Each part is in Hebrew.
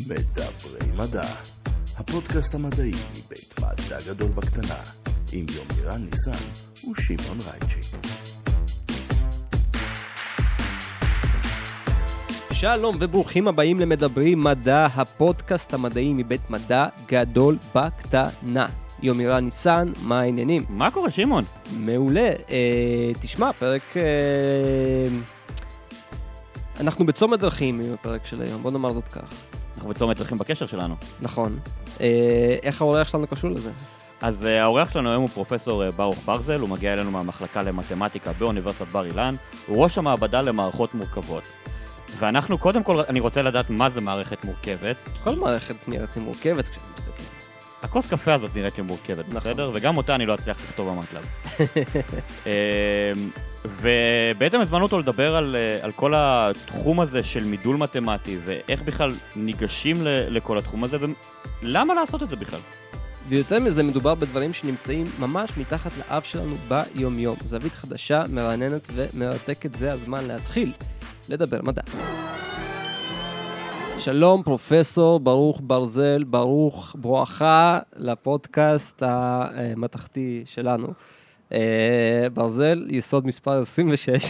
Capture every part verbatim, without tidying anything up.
מדברי מדע, הפודקאסט המדעי מבית מדע גדול בקטנה, עם יומירן ניסן ושמעון רייצ'י. שלום וברוכים הבאים למדברי מדע, הפודקאסט המדעי מבית מדע גדול בקטנה. יומירן ניסן, מה העניינים? מה קורה, שמעון? מעולה. אה, תשמע, פרק... אה, אנחנו בצומת דרכים עם הפרק של היום, בוא נאמר זאת כך. אנחנו בצומת דרכים בקשר שלנו. נכון. אה, איך האורח שלנו קשור לזה? אז uh, האורח שלנו היום הוא פרופסור uh, ברוך ברזל, הוא מגיע אלינו מהמחלקה למתמטיקה באוניברסיטת בר אילן, הוא ראש המעבדה למערכות מורכבות. ואנחנו, קודם כל, אני רוצה לדעת מה זה מערכת מורכבת. כל מערכת נראית מורכבת כשאני מסתכל. הכוס קפה הזאת נראית לי מורכבת, נכון. בסדר? וגם אותה אני לא אצליח לכתוב במטלב. ובעצם הזמנו אותו לדבר על, על כל התחום הזה של מידול מתמטי, ואיך בכלל ניגשים לכל התחום הזה, ולמה לעשות את זה בכלל? ויותר מזה מדובר בדברים שנמצאים ממש מתחת לאף שלנו ביום יום. זווית חדשה, מרעננת ומרתקת, זה הזמן להתחיל לדבר מדע. שלום פרופסור ברוך ברזל, ברוך ברכה לפודקאסט המתחתי שלנו. ברזל, יסוד מספר עשרים ושש.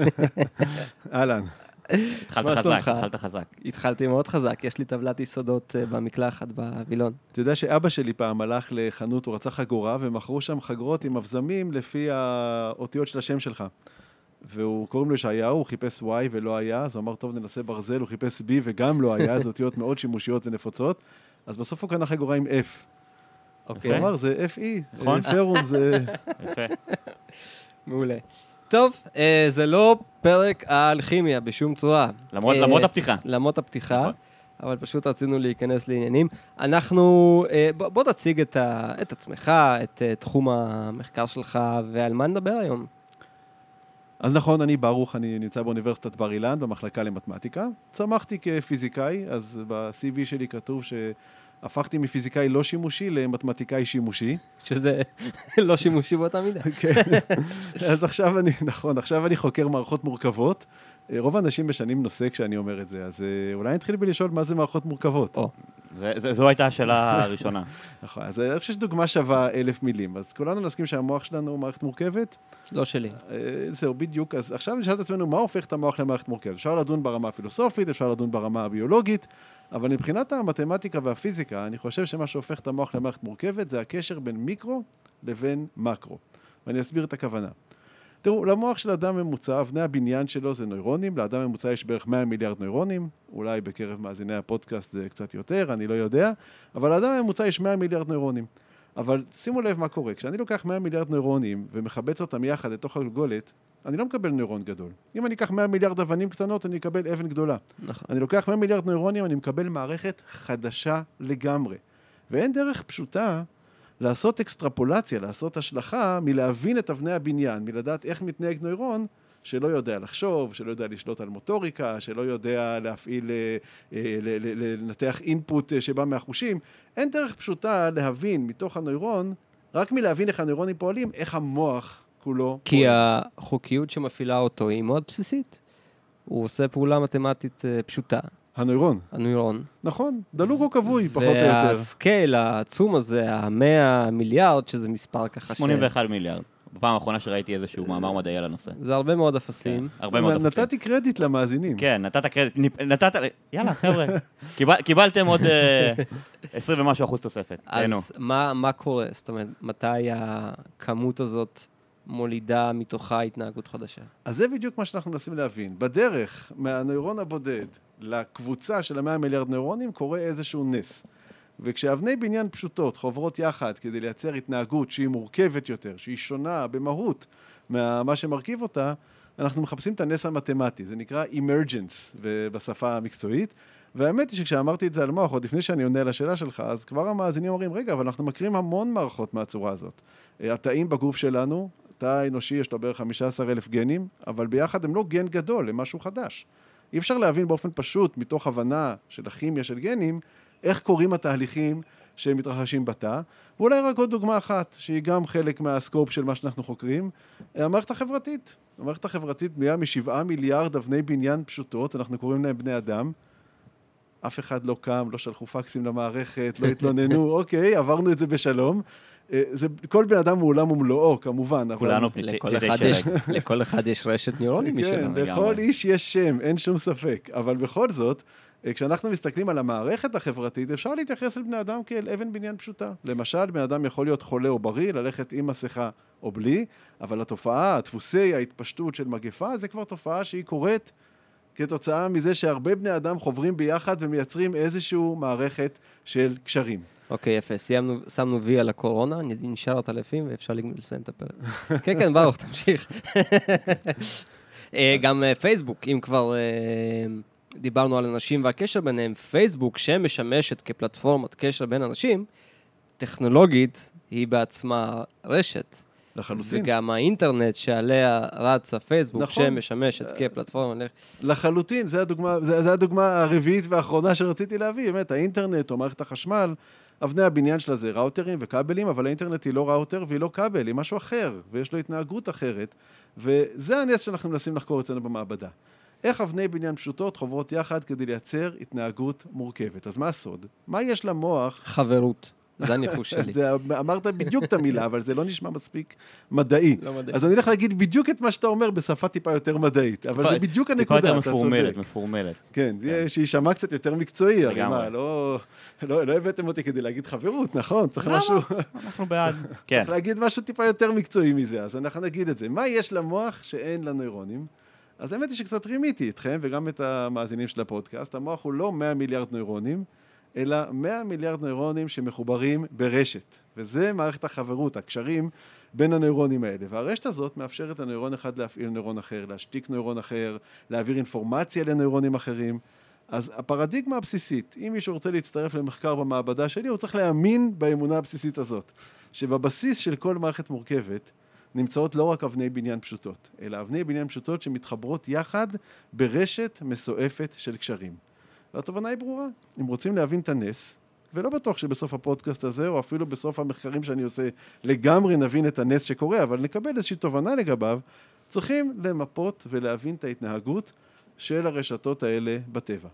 אהלן. התחלת חזק, התחלת חזק. התחלתי מאוד חזק, יש לי טבלת יסודות במקלחת בווילון. אתה יודע שאבא שלי פעם הלך לחנות, הוא רצה חגורה, ומכרו שם חגרות עם אבזמים לפי האותיות של השם שלך. והוא קוראים לו ישעיהו, הוא חיפש Y ולא היה, אז הוא אמר, טוב, ננסה ברזל, הוא חיפש B וגם לא היה, זה אותיות מאוד שימושיות ונפוצות, אז בסוף הוא קנה חגורה עם F. אוקיי. הוא אמר, זה F E, נכון? פרום, זה... יפה. מעולה. טוב, זה לא פרק על כימיה בשום צורה. למרות, למרות הפתיחה. למרות הפתיחה, נכון. אבל פשוט רצינו להיכנס לעניינים. אנחנו, בוא, בוא תציג את, ה, את עצמך, את תחום המחקר שלך, ועל מה נדבר היום. אז נכון, אני ברוך, אני נמצא באוניברסיטת בר אילן, במחלקה למתמטיקה. צמחתי כפיזיקאי, אז ב-סי וי שלי כתוב שהפכתי מפיזיקאי לא שימושי למתמטיקאי שימושי. שזה לא שימושי באותה מידה. כן. אז עכשיו אני, נכון, עכשיו אני חוקר מערכות מורכבות. רוב האנשים משנים נושא כשאני אומר את זה, אז אולי נתחיל בלשאול מה זה מערכות מורכבות. או. זו הייתה השאלה הראשונה. נכון, אז אני חושב שדוגמה שווה אלף מילים. אז כולנו נסכים שהמוח שלנו הוא מערכת מורכבת? לא שלי. זהו, בדיוק. אז עכשיו נשאל את עצמנו, מה הופך את המוח למערכת מורכבת? אפשר לדון ברמה הפילוסופית, אפשר לדון ברמה הביולוגית, אבל מבחינת המתמטיקה והפיזיקה, אני חושב שמה שהופך את המוח למערכת מורכבת זה הקשר בין מיקרו לבין מקרו. ואני אסביר את הכוונה. תראו, למוח של אדם ממוצע, אבני הבניין שלו זה נוירונים, לאדם ממוצע יש בערך מאה מיליארד נוירונים, אולי בקרב מאזיני הפודקאסט זה קצת יותר, אני לא יודע, אבל לאדם ממוצע יש מאה מיליארד נוירונים. אבל שימו לב מה קורה, כשאני לוקח מאה מיליארד נוירונים ומחבץ אותם יחד לתוך הגולגולת, אני לא מקבל נוירון גדול. אם אני אקח מאה מיליארד אבנים קטנות, אני אקבל אבן גדולה. נכון. אני לוקח מאה מיליארד נוירונים, אני מקבל מערכת חדשה לגמרי. ואין דרך פשוטה לעשות אקסטרפולציה, לעשות השלכה, מלהבין את אבני הבניין, מלדעת איך מתנהג נוירון, שלא יודע לחשוב, שלא יודע לשלוט על מוטוריקה, שלא יודע להפעיל, לנתח אינפוט שבא מהחושים. אין דרך פשוטה להבין מתוך הנוירון, רק מלהבין איך הנוירונים פועלים, איך המוח כולו כי פועל. החוקיות שמפעילה אותו היא מאוד בסיסית. הוא עושה פעולה מתמטית פשוטה. הנוירון. הנוירון. נכון, דלוק או כבוי, פחות או יותר. והסקייל העצום הזה, ה-מאה מיליארד, שזה מספר ככה ש... שמונים ואחד מיליארד. בפעם האחרונה שראיתי איזשהו מאמר מדעי על הנושא. זה הרבה מאוד אפסים. כן, הרבה מאוד אפסים. נתתי קרדיט למאזינים. כן, נתת קרדיט. נתת... יאללה, חבר'ה. קיבלתם עוד עשרים ומשהו אחוז תוספת. אז מה, מה קורה? זאת אומרת, מתי הכמות הזאת מולידה מתוכה התנהגות חדשה? אז זה בדיוק מה שאנחנו מנסים להבין. בדרך מהנוירון הבודד לקבוצה של המאה מיליארד נוירונים קורה איזשהו נס. וכשאבני בניין פשוטות חוברות יחד כדי לייצר התנהגות שהיא מורכבת יותר, שהיא שונה במהות מה שמרכיב אותה, אנחנו מחפשים את הנס המתמטי. זה נקרא emergence בשפה המקצועית. והאמת היא שכשאמרתי את זה על מוח, עוד לפני שאני עונה על השאלה שלך, אז כבר המאזינים אומרים, רגע, אבל אנחנו מכירים המון מערכות מהצורה הזאת. התאים בגוף שלנו, תא האנושי יש לו בערך חמישה עשר אלף גנים, אבל ביחד הם לא גן גדול, הם משהו חדש. אי אפשר להבין באופן פשוט, מתוך הבנה של הכימיה של גנים, איך קוראים התהליכים שמתרחשים בתא. ואולי רק עוד דוגמה אחת, שהיא גם חלק מהסקופ של מה שאנחנו חוקרים, המערכת החברתית. המערכת החברתית בנויה משבעה מיליארד אבני בניין פשוטות, אנחנו קוראים להם בני אדם. אף אחד לא קם, לא שלחו פקסים למערכת, לא התלוננו, אוקיי, עברנו את זה בשלום. זה, כל בן אדם הוא עולם ומלואו, כמובן. כולנו אבל... לכל, אחד יש, לכל אחד יש רשת ניורונים משלנו. כן, לכל איש יש שם, אין שום ספק. אבל בכל זאת, כשאנחנו מסתכלים על המערכת החברתית, אפשר להתייחס אל בני אדם כאל אבן בניין פשוטה. למשל, בן אדם יכול להיות חולה או בריא, ללכת עם מסכה או בלי, אבל התופעה, הדפוסי, ההתפשטות של מגפה, זה כבר תופעה שהיא קורית כתוצאה מזה שהרבה בני אדם חוברים ביחד ומייצרים איזשהו מערכת של קשרים. אוקיי, יפה, סיימנו, שמנו וי על הקורונה, נשאר עטלפים ואפשר לסיים את הפרק. כן, כן, ברוך, תמשיך. גם פייסבוק, אם כבר דיברנו על אנשים והקשר ביניהם, פייסבוק שמשמשת כפלטפורמת קשר בין אנשים, טכנולוגית היא בעצמה רשת. לחלוטין. וגם האינטרנט שעליה רץ הפייסבוק, נכון. שמשמשת כפלטפורמה. לחלוטין, זה הדוגמה, זה, זה הדוגמה הרביעית והאחרונה שרציתי להביא, באמת, האינטרנט או מערכת החשמל, אבני הבניין שלה זה ראוטרים וכבלים, אבל האינטרנט היא לא ראוטר והיא לא כבל, היא משהו אחר, ויש לו התנהגות אחרת, וזה הנס שאנחנו מנסים לחקור אצלנו במעבדה. איך אבני בניין פשוטות חוברות יחד כדי לייצר התנהגות מורכבת? אז מה הסוד? מה יש למוח? חברות. זה הניחוש שלי. זה, אמרת בדיוק את המילה, אבל זה לא נשמע מספיק מדעי. לא מדעי. אז אני הולך להגיד בדיוק את מה שאתה אומר בשפה טיפה יותר מדעית, אבל זה בדיוק הנקודה. טיפה יותר מפורמלת, מפורמלת. כן, שישמע קצת יותר מקצועי, הרי מה, לא הבאתם אותי כדי להגיד חברות, נכון? צריך משהו... אנחנו בעד. צריך להגיד משהו טיפה יותר מקצועי מזה, אז אנחנו נגיד את זה. מה יש למוח שאין לנוירונים? אז האמת היא שקצת רימיתי אתכם, וגם את המאזינים של הפודקאסט. המוח הוא לא מאה מיליארד נוירונים, אלא מאה מיליארד נוירונים שמחוברים ברשת. וזה מערכת החברות, הקשרים בין הנוירונים האלה. והרשת הזאת מאפשרת לנוירון אחד להפעיל נוירון אחר, להשתיק נוירון אחר, להעביר אינפורמציה לנוירונים אחרים. אז הפרדיגמה הבסיסית, אם מישהו רוצה להצטרף למחקר במעבדה שלי, הוא צריך להאמין באמונה הבסיסית הזאת, שבבסיס של כל מערכת מורכבת, נמצאות לא רק אבני בניין פשוטות, אלא אבני בניין פשוטות שמתחברות יחד ברשת מסועפת של קשרים. והתובנה היא ברורה. אם רוצים להבין את הנס, ולא בטוח שבסוף הפודקאסט הזה, או אפילו בסוף המחקרים שאני עושה, לגמרי נבין את הנס שקורה, אבל נקבל איזושהי תובנה לגביו, צריכים למפות ולהבין את ההתנהגות של הרשתות האלה בטבע.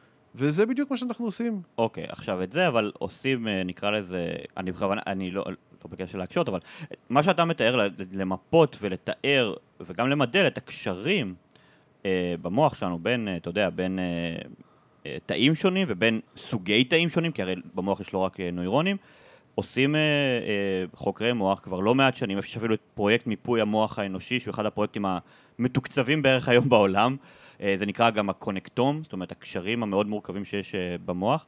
וזה בדיוק מה שאנחנו עושים. אוקיי, עכשיו את זה, אבל עושים, נקרא לזה, אני בכוונה, אני לא... לא בקשר להקשות, אבל מה שאתה מתאר למפות ולתאר וגם למדל את הקשרים אה, במוח שלנו בין, אתה יודע, בין אה, אה, תאים שונים ובין סוגי תאים שונים, כי הרי במוח יש לא רק אה, נוירונים, עושים אה, אה, חוקרי מוח כבר לא מעט שנים, יש אפילו את פרויקט מיפוי המוח האנושי, שהוא אחד הפרויקטים המתוקצבים בערך היום בעולם, אה, זה נקרא גם הקונקטום, זאת אומרת הקשרים המאוד מורכבים שיש אה, במוח.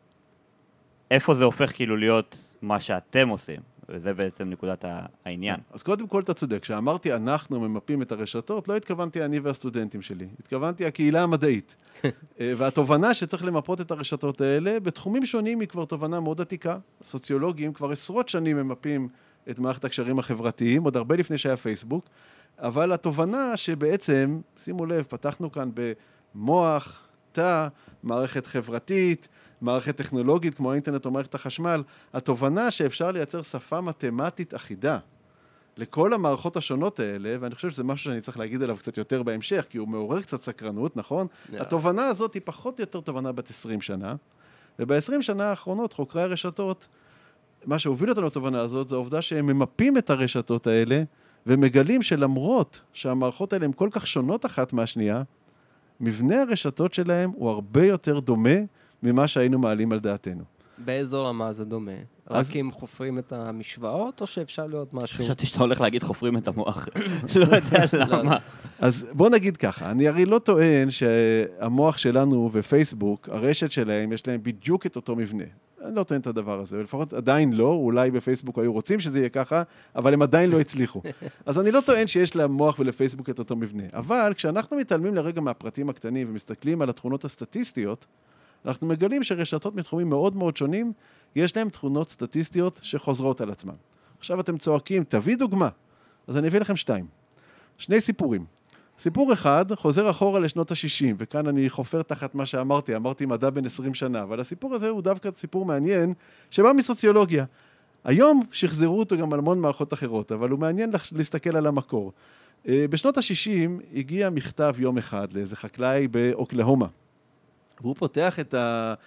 איפה זה הופך כאילו להיות מה שאתם עושים? וזה בעצם נקודת העניין. אז קודם כל אתה צודק, כשאמרתי אנחנו ממפים את הרשתות, לא התכוונתי אני והסטודנטים שלי, התכוונתי הקהילה המדעית. והתובנה שצריך למפות את הרשתות האלה, בתחומים שונים היא כבר תובנה מאוד עתיקה. הסוציולוגים כבר עשרות שנים ממפים את מערכת הקשרים החברתיים, עוד הרבה לפני שהיה פייסבוק, אבל התובנה שבעצם, שימו לב, פתחנו כאן במוח, תא, מערכת חברתית, מערכת טכנולוגית כמו האינטרנט או מערכת החשמל, התובנה שאפשר לייצר שפה מתמטית אחידה לכל המערכות השונות האלה, ואני חושב שזה משהו שאני צריך להגיד עליו קצת יותר בהמשך, כי הוא מעורר קצת סקרנות, נכון? Yeah. התובנה הזאת היא פחות או יותר תובנה בת עשרים שנה, וב-עשרים שנה האחרונות חוקרי הרשתות, מה שהוביל אותנו לתובנה הזאת, זה העובדה שהם ממפים את הרשתות האלה, ומגלים שלמרות שהמערכות האלה הן כל כך שונות אחת מהשנייה, מבנה הרשתות שלהם הוא הרבה יותר דומה ממה שהיינו מעלים על דעתנו. באיזו רמה זה דומה? אז... רק אם חופרים את המשוואות, או שאפשר להיות משהו? חשבתי שאתה הולך להגיד חופרים את המוח. לא יודע למה. אז בוא נגיד ככה, אני הרי לא טוען שהמוח שלנו ופייסבוק, הרשת שלהם, יש להם בדיוק את אותו מבנה. אני לא טוען את הדבר הזה, ולפחות עדיין לא, אולי בפייסבוק היו רוצים שזה יהיה ככה, אבל הם עדיין לא הצליחו. אז אני לא טוען שיש למוח ולפייסבוק את אותו מבנה. אבל כשאנחנו מתעלמים לרגע מהפרטים הקטנים ומסתכלים על התכונות הסטטיסטיות, אנחנו מגלים שרשתות מתחומים מאוד מאוד שונים, יש להם תכונות סטטיסטיות שחוזרות על עצמם. עכשיו אתם צועקים, תביא דוגמה. אז אני אביא לכם שתיים. שני סיפורים. סיפור אחד חוזר אחורה לשנות ה-שישים, וכאן אני חופר תחת מה שאמרתי, אמרתי מדע בין עשרים שנה, אבל הסיפור הזה הוא דווקא סיפור מעניין, שבא מסוציולוגיה. היום שחזרו אותו גם על המון מערכות אחרות, אבל הוא מעניין להסתכל על המקור. בשנות ה-שישים הגיע מכתב יום אחד לאיזה חקלאי באוקלהומה, והוא פותח את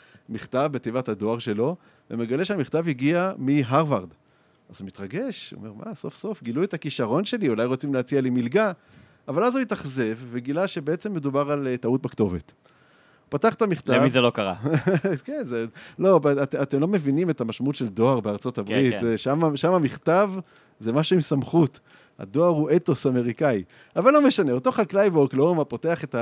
המכתב בתיבת הדואר שלו, ומגלה שהמכתב הגיע מהרווארד. אז הוא מתרגש, הוא אומר, מה, סוף סוף, גילו את הכישרון שלי, אולי רוצים להציע לי מלגה, אבל אז הוא התאכזב, וגילה שבעצם מדובר על טעות בכתובת. הוא פתח את המכתב... למי זה לא קרה? כן, זה... לא, את, אתם לא מבינים את המשמעות של דואר בארצות הברית. כן, כן. שם, שם המכתב זה משהו עם סמכות. הדואר הוא אתוס אמריקאי. אבל לא משנה, אותו חקלאי באוקלהומה פותח את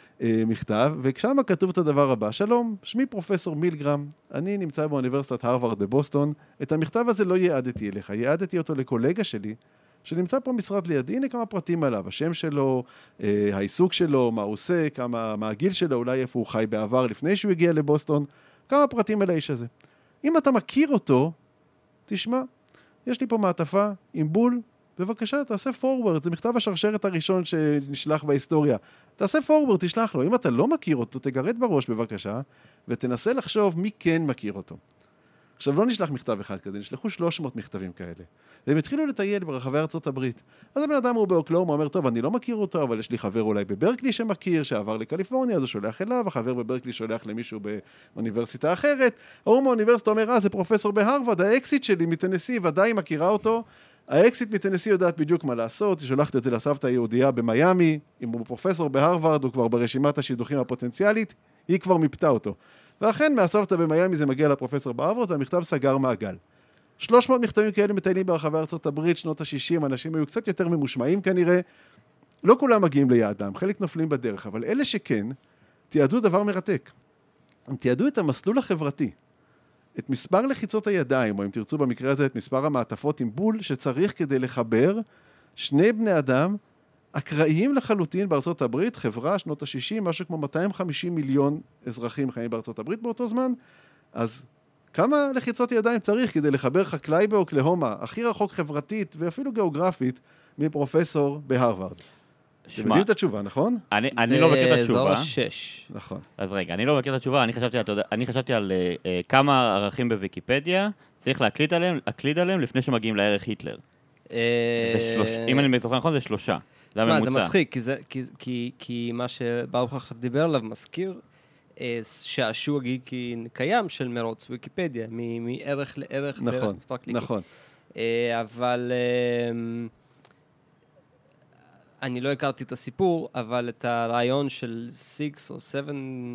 המכתב, וכשם כתוב את הדבר הבא, שלום, שמי פרופסור מילגרם, אני נמצא באוניברסיטת הרווארד בבוסטון, את המכתב הזה לא יעדתי אליך, יעדתי אותו לקולגה שלי, שנמצא פה משרד לידי, הנה כמה פרטים עליו, השם שלו, העיסוק שלו, מה הוא עושה, כמה, מה הגיל שלו, אולי איפה הוא חי בעבר לפני שהוא הגיע לבוסטון, כמה פרטים על האיש הזה. אם אתה מכיר אותו, תשמע, יש לי פה מעטפה עם בול, בבקשה, תעשה פורוורד, זה מכתב השרשרת הראשון שנשלח בהיסטוריה. תעשה פורוורד, תשלח לו. אם אתה לא מכיר אותו, תגרד בראש בבקשה, ותנסה לחשוב מי כן מכיר אותו. עכשיו, לא נשלח מכתב אחד כזה, נשלחו שלוש מאות מכתבים כאלה. והם התחילו לטייל ברחבי ארצות הברית. אז הבן אדם הוא באוקלהומה, אומר, טוב, אני לא מכיר אותו, אבל יש לי חבר אולי בברקלי שמכיר, שעבר לקליפורניה, אז הוא שולח אליו, החבר בברקלי שולח למישהו באוניברסיטה אחרת. ההוא מהאוניברסיטה אומר, אה, זה פרופסור בהרווארד, האקסיט שלי מטנסי, ודאי מכירה אותו. האקסיט מטנסי יודעת בדיוק מה לעשות, היא שולחת את זה לסבתא היהודייה במיימי, אם הוא פרופסור בהרווארד, הוא כבר ברשימת השידוכים הפוטנציאלית, היא כבר מיפתה אותו. ואכן, מהסבתא במיימי זה מגיע לפרופסור בהרווארד, והמכתב סגר מעגל. שלוש מאות מכתבים כאלה מטיילים ברחבי ארצות הברית, שנות ה-שישים, אנשים היו קצת יותר ממושמעים כנראה, לא כולם מגיעים ליעדם, חלק נופלים בדרך, אבל אלה שכן, תיעדו דבר מרתק. הם תיעדו את המסלול החברתי, את מספר לחיצות הידיים, או אם תרצו במקרה הזה את מספר המעטפות עם בול, שצריך כדי לחבר שני בני אדם אקראיים לחלוטין בארצות הברית, חברה, שנות ה-שישים, משהו כמו מאתיים וחמישים מיליון אזרחים חיים בארצות הברית באותו זמן, אז כמה לחיצות ידיים צריך כדי לחבר חקלאי באוקלהומה, הכי רחוק חברתית ואפילו גיאוגרפית, מפרופסור בהרווארד? אתם יודעים את התשובה, נכון? אני, אני לא מכיר את התשובה. באזור השש. נכון. אז רגע, אני לא מכיר את התשובה, אני חשבתי, אני חשבתי על uh, כמה ערכים בוויקיפדיה צריך להקליד עליהם, להקליד עליהם לפני שמגיעים לערך היטלר. זה שלוש, אם אני זוכר נכון, זה שלושה. זה הממוצע. זה מצחיק, כי, זה, כי, כי, כי מה שברוך עכשיו דיבר עליו מזכיר שעשוע גיקי קיים של מרוץ ויקיפדיה, מערך לערך, נכון, מספר קליקים. נכון. אבל אני לא הכרתי את הסיפור, אבל את הרעיון של six או seven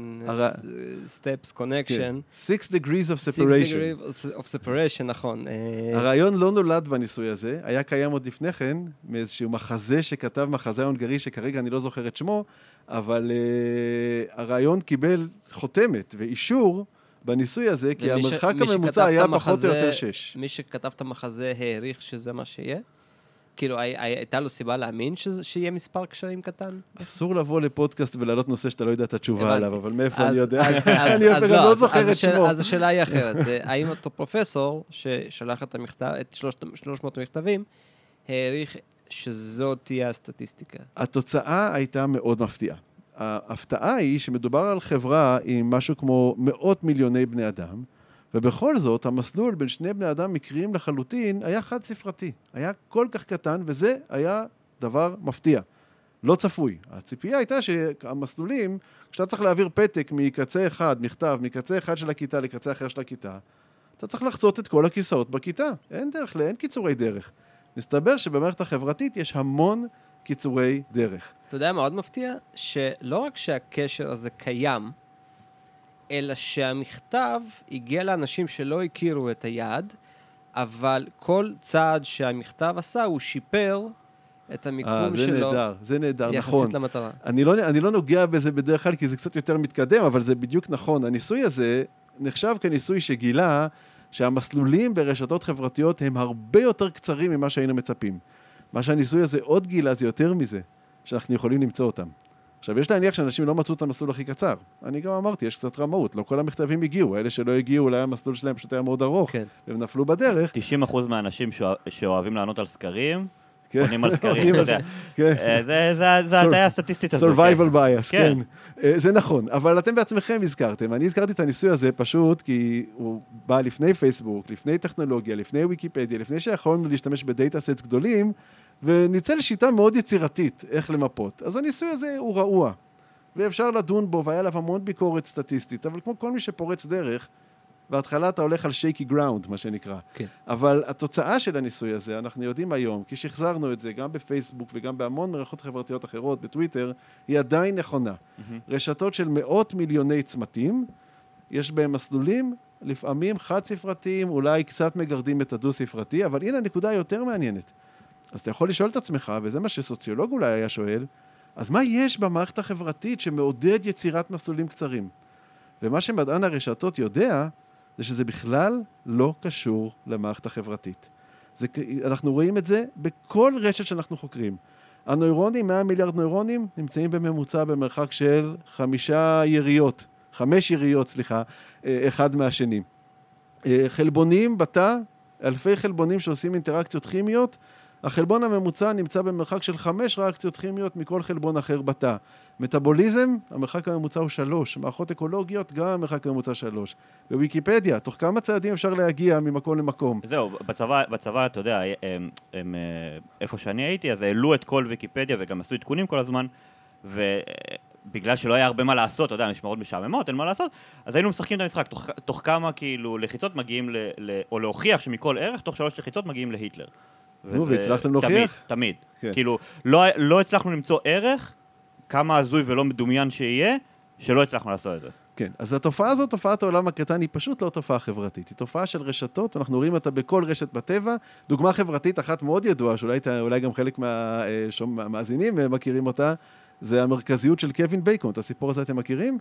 steps connection. six degrees of separation. six degrees of separation, נכון. הרעיון לא נולד בניסוי הזה, היה קיים עוד לפני כן, מאיזשהו מחזה שכתב מחזה הונגרי, שכרגע אני לא זוכר את שמו, אבל uh, הרעיון קיבל חותמת ואישור בניסוי הזה, כי המרחק הממוצע היה פחות או יותר שש. מי שכתב את המחזה העריך שזה מה שיהיה? כאילו, הייתה לו סיבה להאמין שיהיה מספר קשרים קטן? אסור לבוא לפודקאסט ולהלות נושא שאתה לא יודע את התשובה עליו, אבל מאיפה אני יודע? אני לא זוכר את שמו. אז השאלה היא אחרת. האם אותו פרופסור ששלח את שלוש מאות המכתבים, העריך שזאת תהיה הסטטיסטיקה? התוצאה הייתה מאוד מפתיעה. ההפתעה היא שמדובר על חברה עם משהו כמו מאות מיליוני בני אדם, ובכל זאת, המסלול בין שני בני אדם מקריים לחלוטין היה חד ספרתי. היה כל כך קטן, וזה היה דבר מפתיע. לא צפוי. הציפייה הייתה שהמסלולים, כשאתה צריך להעביר פתק מקצה אחד, מכתב, מקצה אחד של הכיתה לקצה אחר של הכיתה, אתה צריך לחצות את כל הכיסאות בכיתה. אין דרך, אין קיצורי דרך. מסתבר שבמערכת החברתית יש המון קיצורי דרך. אתה יודע, מאוד מפתיע שלא רק שהקשר הזה קיים, אלא שהמכתב הגיע לאנשים שלא הכירו את היעד, אבל כל צעד שהמכתב עשה, הוא שיפר את המיקום 아, זה שלו. נהדר, זה נהדר, יחסית נכון. למטרה. אני לא, אני לא נוגע בזה בדרך כלל, כי זה קצת יותר מתקדם, אבל זה בדיוק נכון. הניסוי הזה נחשב כניסוי שגילה שהמסלולים ברשתות חברתיות הם הרבה יותר קצרים ממה שהיינו מצפים. מה שהניסוי הזה עוד גילה זה יותר מזה, שאנחנו יכולים למצוא אותם. עכשיו, יש להניח שאנשים לא מצאו את המסלול הכי קצר. אני גם אמרתי, יש קצת רמאות, לא כל המכתבים הגיעו. אלה שלא הגיעו, אולי המסלול שלהם פשוט היה מאוד ארוך, כן. והם נפלו בדרך. תשעים אחוז מהאנשים שאוהבים לענות על סקרים, כן. עונים על סקרים, אתה יודע. כן. זה הטעיה הסטטיסטית הזאת. survival bias, כן. כן. זה נכון, אבל אתם בעצמכם הזכרתם. אני הזכרתי את הניסוי הזה פשוט כי הוא בא לפני פייסבוק, לפני טכנולוגיה, לפני ויקיפדיה, לפני שיכולנו להשתמש בדאטה סטס גדולים, וניצל שיטה מאוד יצירתית איך למפות. אז הניסוי הזה הוא רעוע. ואפשר לדון בו, והיה עליו המון ביקורת סטטיסטית, אבל כמו כל מי שפורץ דרך, בהתחלה אתה הולך על שייקי גראונד, מה שנקרא. כן. אבל התוצאה של הניסוי הזה, אנחנו יודעים היום, כי שחזרנו את זה גם בפייסבוק וגם בהמון מערכות חברתיות אחרות, בטוויטר, היא עדיין נכונה. Mm-hmm. רשתות של מאות מיליוני צמתים, יש בהם מסלולים, לפעמים חד-ספרתיים, אולי קצת מגרדים את הדו-ספרתי, אבל הנה הנקודה יותר מעניינת. אז אתה יכול לשאול את עצמך, וזה מה שסוציולוג אולי היה שואל, אז מה יש במערכת החברתית שמעודד יצירת מסלולים קצרים? ומה שמדען הרשתות יודע, זה שזה בכלל לא קשור למערכת החברתית. זה, אנחנו רואים את זה בכל רשת שאנחנו חוקרים. הנוירונים, מאה מיליארד נוירונים, נמצאים בממוצע במרחק של חמישה יריות, חמש יריות, סליחה, אחד מהשני. חלבונים בתא, אלפי חלבונים שעושים אינטראקציות כימיות, החלבון הממוצע נמצא במרחק של חמש ריאקציות כימיות מכל חלבון אחר בתא. מטאבוליזם, המרחק הממוצע הוא שלוש. מערכות אקולוגיות, גם המרחק הממוצע שלוש. בוויקיפדיה, תוך כמה צעדים אפשר להגיע ממקום למקום? זהו, בצבא, בצבא, אתה יודע, הם, הם, איפה שאני הייתי, אז העלו את כל ויקיפדיה וגם עשו עדכונים כל הזמן, ובגלל שלא היה הרבה מה לעשות, אתה יודע, משמרות משעממות, אין מה לעשות, אז היינו משחקים את המשחק, תוך, תוך כמה כאילו לחיצות מגיעים, ל, ל, או להוכיח שמכל ערך, תוך שלוש לחיצות מגיעים להיטלר. נו, והצלחתם להוכיח? תמיד, תמיד. כן. כאילו, לא, לא הצלחנו למצוא ערך, כמה הזוי ולא מדומיין שיהיה, שלא הצלחנו לעשות את זה. כן, אז התופעה הזאת, תופעת העולם הקטן, היא פשוט לא תופעה חברתית. היא תופעה של רשתות, אנחנו רואים אותה בכל רשת בטבע. דוגמה חברתית אחת מאוד ידועה, שאולי אולי גם חלק מהמאזינים מכירים אותה, זה המרכזיות של קווין בייקון. את הסיפור הזה אתם מכירים?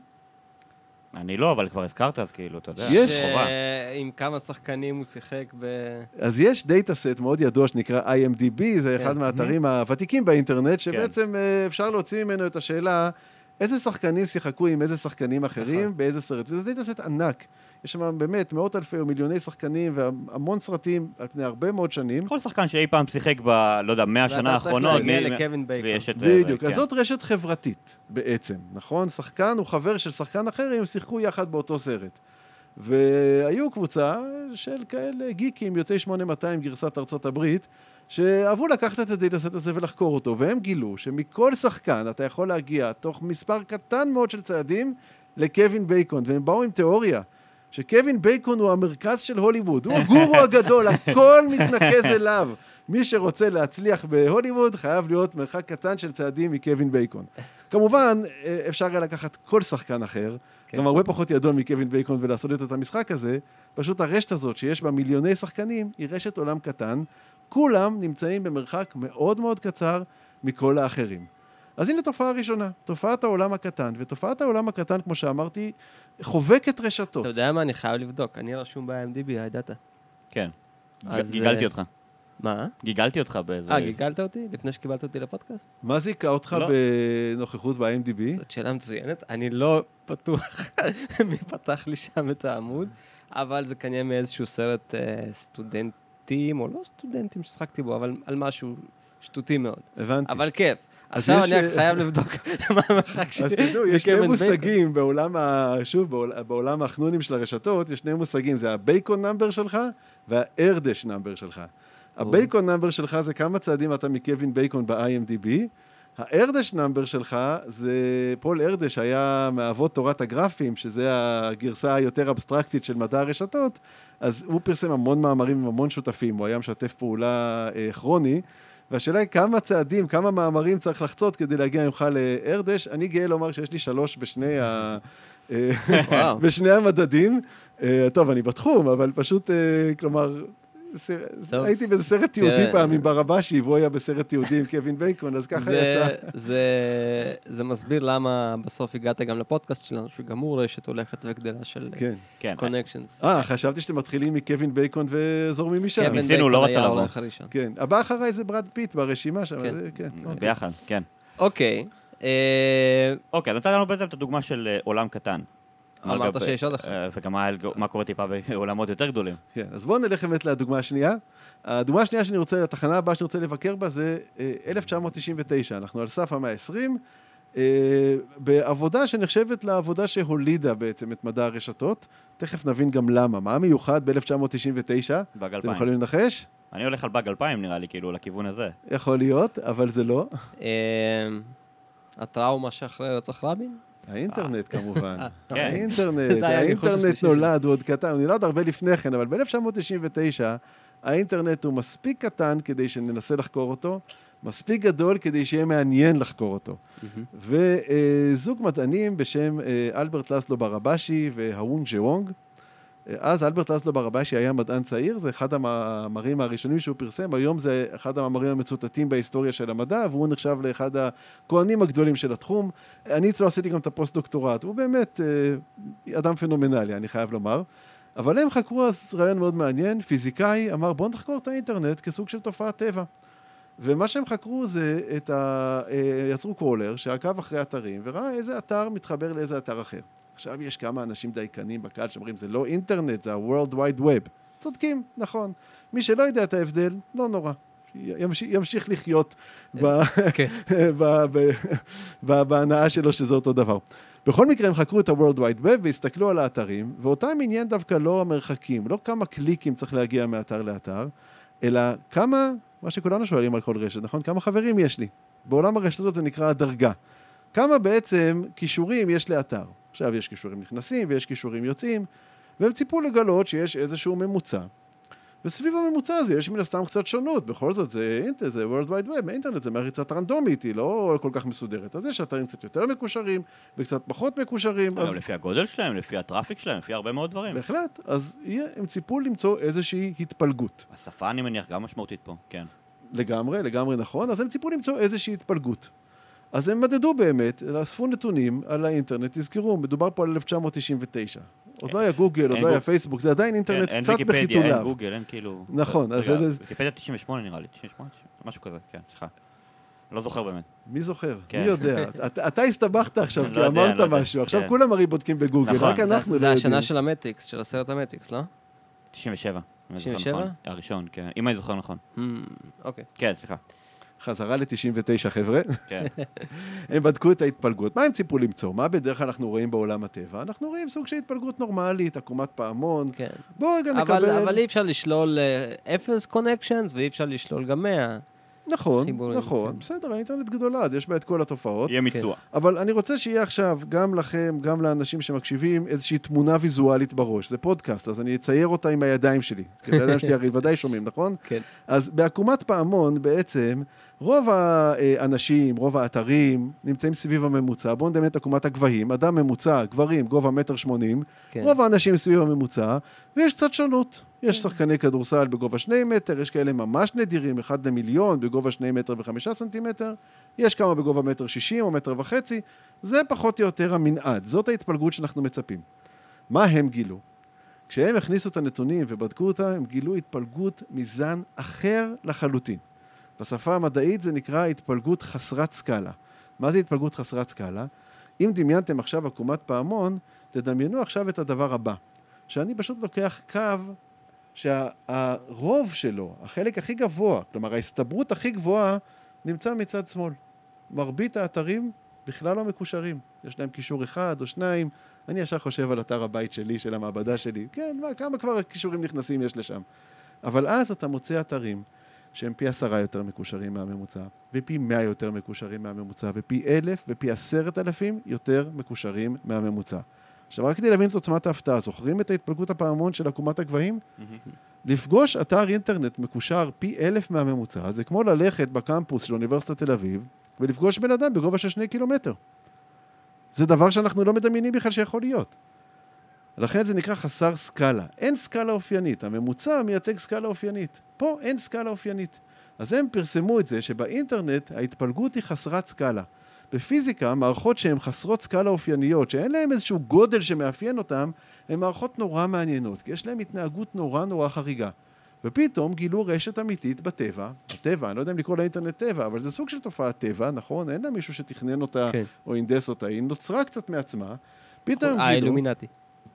אני לא, אבל כבר הזכרת, אז כאילו, אתה יודע. יש. עם כמה שחקנים הוא שיחק ב... אז יש דאטה סט מאוד ידוע שנקרא איי אם די בי, זה אחד מהאתרים הוותיקים באינטרנט, שבעצם אפשר להוציא ממנו את השאלה, איזה שחקנים שיחקו עם איזה שחקנים אחרים, באיזה סרט. וזה דאטה סט ענק. יש שם באמת מאות אלפי או מיליוני שחקנים והמון סרטים על פני הרבה מאוד שנים. כל שחקן שאי פעם שיחק ב, לא יודע, מאה שנה האחרונות. ואתה צריך להגיע לקווין בייקון. בדיוק, אז זאת רשת חברתית בעצם, נכון? שחקן הוא חבר של שחקן אחר, הם שיחקו יחד באותו סרט. והיו קבוצה של כאלה גיקים, יוצאי שמונה מאתיים גרסת ארצות הברית, שאהבו לקחת את הדאטה-סט הזה ולחקור אותו, והם גילו שמכל שחקן אתה יכול להגיע תוך מספר קטן מאוד של צעדים לקווין בייקון, והם באו עם תיאוריה. שקווין בייקון הוא המרכז של הוליווד, הוא הגורו הגדול, הכל מתנקז אליו. מי שרוצה להצליח בהוליווד חייב להיות מרחק קטן של צעדים מקווין בייקון. כמובן, אפשר היה לקחת כל שחקן אחר, כן. גם הרבה פחות ידוע מקווין בייקון ולעשות את המשחק הזה, פשוט הרשת הזאת שיש בה מיליוני שחקנים, היא רשת עולם קטן, כולם נמצאים במרחק מאוד מאוד קצר מכל האחרים. אז הנה תופעה ראשונה, תופעת העולם הקטן, ותופעת העולם הקטן, כמו שאמרתי, חובקת רשתות. אתה יודע מה? אני חייב לבדוק, אני רשום ב-איי אם די בי, ידעת. כן, גיגלתי אותך. מה? גיגלתי אותך באיזה... אה, גיגלת אותי? לפני שקיבלת אותי לפודקאסט? מה זיקה אותך בנוכחות ב-איי אם די בי? זאת שאלה מצוינת, אני לא בטוח מי פתח לי שם את העמוד, אבל זה כנראה מאיזשהו סרט סטודנטים, או לא סטודנטים ששחקתי בו, אבל על משהו שטותי מאוד. הבנתי. אבל כיף. עכשיו אני חייב לבדוק מה המרחק שלי. אז תדעו, יש שני מושגים בעולם, שוב, בעולם החנונים של הרשתות, יש שני מושגים, זה הבייקון נאמבר שלך והארדש נאמבר שלך. הבייקון נאמבר שלך זה כמה צעדים אתה מקווין בייקון ב-איי אם די בי, הארדש נאמבר שלך זה, פול ארדש היה מאבות תורת הגרפים, שזה הגרסה היותר אבסטרקטית של מדע הרשתות, אז הוא פרסם המון מאמרים עם המון שותפים, הוא היה משתף פעולה אה, כרוני, והשאלה היא כמה צעדים, כמה מאמרים צריך לחצות כדי להגיע ממך לארדש. אני גאה לומר שיש לי שלוש בשני, ה... בשני המדדים. טוב, אני בתחום, אבל פשוט, כלומר, הייתי באיזה סרט תיעודי פעמים ברבשי, והוא היה בסרט תיעודי עם קווין בייקון, אז ככה יצא. זה מסביר למה בסוף הגעת גם לפודקאסט שלנו, שגם הוא רשת הולכת וגדלה של קונקשנס. אה, חשבתי שאתם מתחילים מקווין בייקון וזורמים משם. ניסינו, לא רצה לבוא. כן, הבא אחריי זה ברד פיט ברשימה שם. ביחד, כן. אוקיי. אוקיי, אז נתן לנו בעצם את הדוגמה של עולם קטן. אמרת שיש עוד אחד. וגם מה קורה טיפה בעולמות יותר גדולים. כן, אז בואו נלך באמת לדוגמה השנייה. הדוגמה השנייה שאני רוצה, התחנה הבאה שאני רוצה לבקר בה זה אלף תשע מאות תשעים ותשע. אנחנו על סף המאה ה-עשרים, בעבודה שנחשבת לעבודה שהולידה בעצם את מדע הרשתות. תכף נבין גם למה. מה מיוחד ב-אלף תשע מאות תשעים ותשע? באג אלפיים. אתם יכולים לנחש? אני הולך על באג אלפיים נראה לי, כאילו, לכיוון הזה. יכול להיות, אבל זה לא. הטראומה שאחרי רצח רבין? האינטרנט כמובן. כן. האינטרנט, זה היה גיחוש האינטרנט השלישי נולד, הוא עוד קטן, הוא נולד הרבה לפני כן, אבל ב-אלף תשע מאות תשעים ותשע האינטרנט הוא מספיק קטן כדי שננסה לחקור אותו, מספיק גדול כדי שיהיה מעניין לחקור אותו. וזוג מדענים בשם אלברט לסלו ברבשי והוונג ז'וונג, אז אלברט לסלו ברבשי היה מדען צעיר, זה אחד המאמרים הראשונים שהוא פרסם, היום זה אחד המאמרים המצוטטים בהיסטוריה של המדע, והוא נחשב לאחד הכהנים הגדולים של התחום. אני אצלו עשיתי גם את הפוסט-דוקטורט, הוא באמת אדם פנומנלי, אני חייב לומר. אבל הם חקרו אז רעיון מאוד מעניין, פיזיקאי אמר בוא נחקור את האינטרנט כסוג של תופעת טבע. ומה שהם חקרו זה את ה... יצרו קרולר שעקב אחרי אתרים וראה איזה אתר מתחבר לאיזה אתר אחר. עכשיו יש כמה אנשים דייקנים בקהל שאומרים זה לא אינטרנט, זה ה-World Wide Web. צודקים, נכון. מי שלא יודע את ההבדל, לא נורא. ימשיך, ימשיך לחיות בהנאה שלו שזה אותו דבר. בכל מקרה הם חקרו את ה-World Wide Web והסתכלו על האתרים, ואותם עניין דווקא לא המרחקים, לא כמה קליקים צריך להגיע מאתר לאתר, אלא כמה, מה שכולנו שואלים על כל רשת, נכון? כמה חברים יש לי? בעולם הרשתות זה נקרא הדרגה. כמה בעצם קישורים יש לאתר? עכשיו יש קישורים נכנסים ויש קישורים יוצאים, והם ציפו לגלות שיש איזשהו ממוצע. וסביב הממוצע הזה יש מן הסתם קצת שונות, בכל זאת זה אינטרנט, זה World Wide Web, האינטרנט זה מעריצת רנדומית, היא לא כל כך מסודרת. אז יש אתרים קצת יותר מקושרים, וקצת פחות מקושרים. אז... לפי הגודל שלהם, לפי הטראפיק שלהם, לפי הרבה מאוד דברים. בהחלט, אז הם ציפו למצוא איזושהי התפלגות. השפה אני מניח גם משמעותית פה, כן. לגמרי, לגמרי נכון, אז הם ציפו למצוא איזושהי התפלגות. אז הם מדדו באמת, אספו נתונים על האינטרנט, תזכרו, מדובר פה על אלף תשע מאות תשעים ותשע. עוד לא היה גוגל, עוד לא היה פייסבוק, זה עדיין אינטרנט קצת בחיתוליו. אין גוגל, אין כאילו... נכון. ויקיפדיה תשעים ושמונה נראה לי, תשעים ושמונה, משהו כזה, כן, סליחה. לא זוכר באמת. מי זוכר? מי יודע? אתה הסתבכת עכשיו, כי אמרת משהו, עכשיו כולם הרי בודקים בגוגל, רק אנחנו לא יודעים. זה השנה של המטריקס, של הסרט המטריקס, לא? תשעים ושבע. תשעים ושבע? הראשון, כן. אם אני זוכר נכון. אוקיי. כן, סליחה. חזרה ל-תשעים ותשע, חבר'ה. הם בדקו את ההתפלגות. מה הם ציפו למצוא? מה בדרך כלל אנחנו רואים בעולם הטבע? אנחנו רואים סוג של התפלגות נורמלית, עקומת פעמון. בואו רגע נקבל... אבל אי אפשר לשלול אפס קונקשנס, ואי אפשר לשלול גם מאה. נכון, נכון. בסדר, האינטרנט גדולה, אז יש בה את כל התופעות. יהיה מיצוע. אבל אני רוצה שיהיה עכשיו, גם לכם, גם לאנשים שמקשיבים, איזושהי תמונה ויזואלית בראש. זה פודקאסט, אז אני אצייר אותה עם הידיים שלי. כי הידיים שלי הרי ודאי שומעים, נכון? כן. אז בעקומת פעמון, בעצם, רוב האנשים, רוב האתרים, נמצאים סביב הממוצע. בואו נדמה את עקומת הגבהים. אדם ממוצע, גברים, גובה מטר שמונים. רוב האנשים סביב הממוצע, ויש קצת שונות. יש שחקני כדורסל בגובה שני מטר, יש כאלה ממש נדירים, אחד למיליון, בגובה שני מטר וחמישה סנטימטר. יש כמה בגובה מטר שישים או מטר וחצי. זה פחות או יותר המנעד. זאת ההתפלגות שאנחנו מצפים. מה הם גילו? כשהם הכניסו את הנתונים ובדקו אותם, הם גילו התפלגות מזן אחר לחלוטין. בשפה המדעית זה נקרא התפלגות חסרת סקאלה. מה זה התפלגות חסרת סקאלה? אם דמיינתם עכשיו עקומת פעמון, תדמיינו עכשיו את הדבר הבא. שאני פשוט לוקח קו שהרוב שלו, החלק הכי גבוה, כלומר ההסתברות הכי גבוהה, נמצא מצד שמאל. מרבית האתרים בכלל לא מקושרים. יש להם קישור אחד או שניים. אני ישר חושב על אתר הבית שלי, של המעבדה שלי. כן, מה, כמה כבר קישורים נכנסים יש לשם. אבל אז אתה מוצא אתרים שהם פי עשרה יותר מקושרים מהממוצע, ופי מאה יותר מקושרים מהממוצע, ופי אלף ופי עשרת אלפים יותר מקושרים מהממוצע. עכשיו, רק כדי להבין את עוצמת ההפתעה, זוכרים את ההתפלגות הפעמון של עקומת הגבהים? לפגוש אתר אינטרנט מקושר פי אלף מהממוצע, זה כמו ללכת בקמפוס של אוניברסיטת תל אביב, ולפגוש בן אדם בגובה של שני קילומטר. זה דבר שאנחנו לא מדמיינים בכלל שיכול להיות. לכן זה נקרא חסר סקאלה. אין סקאלה אופיינית. הממוצע מייצג סקאלה אופיינית. פה אין סקאלה אופיינית. אז הם פרסמו את זה שבאינטרנט ההתפלגות היא חסרת סקאלה. בפיזיקה, מערכות שהן חסרות סקאלה אופייניות, שאין להן איזשהו גודל שמאפיין אותן, הן מערכות נורא מעניינות, כי יש להן התנהגות נורא נורא חריגה. ופתאום גילו רשת אמיתית בטבע, בטבע, אני לא יודע אם לקרוא לאינטרנט טבע, אבל זה סוג של תופעת טבע, נכון? אין לה מישהו שתכנן אותה כן. או אינדס אותה, היא נוצרה קצת מעצמה. פתאום גילו... האילומינטי.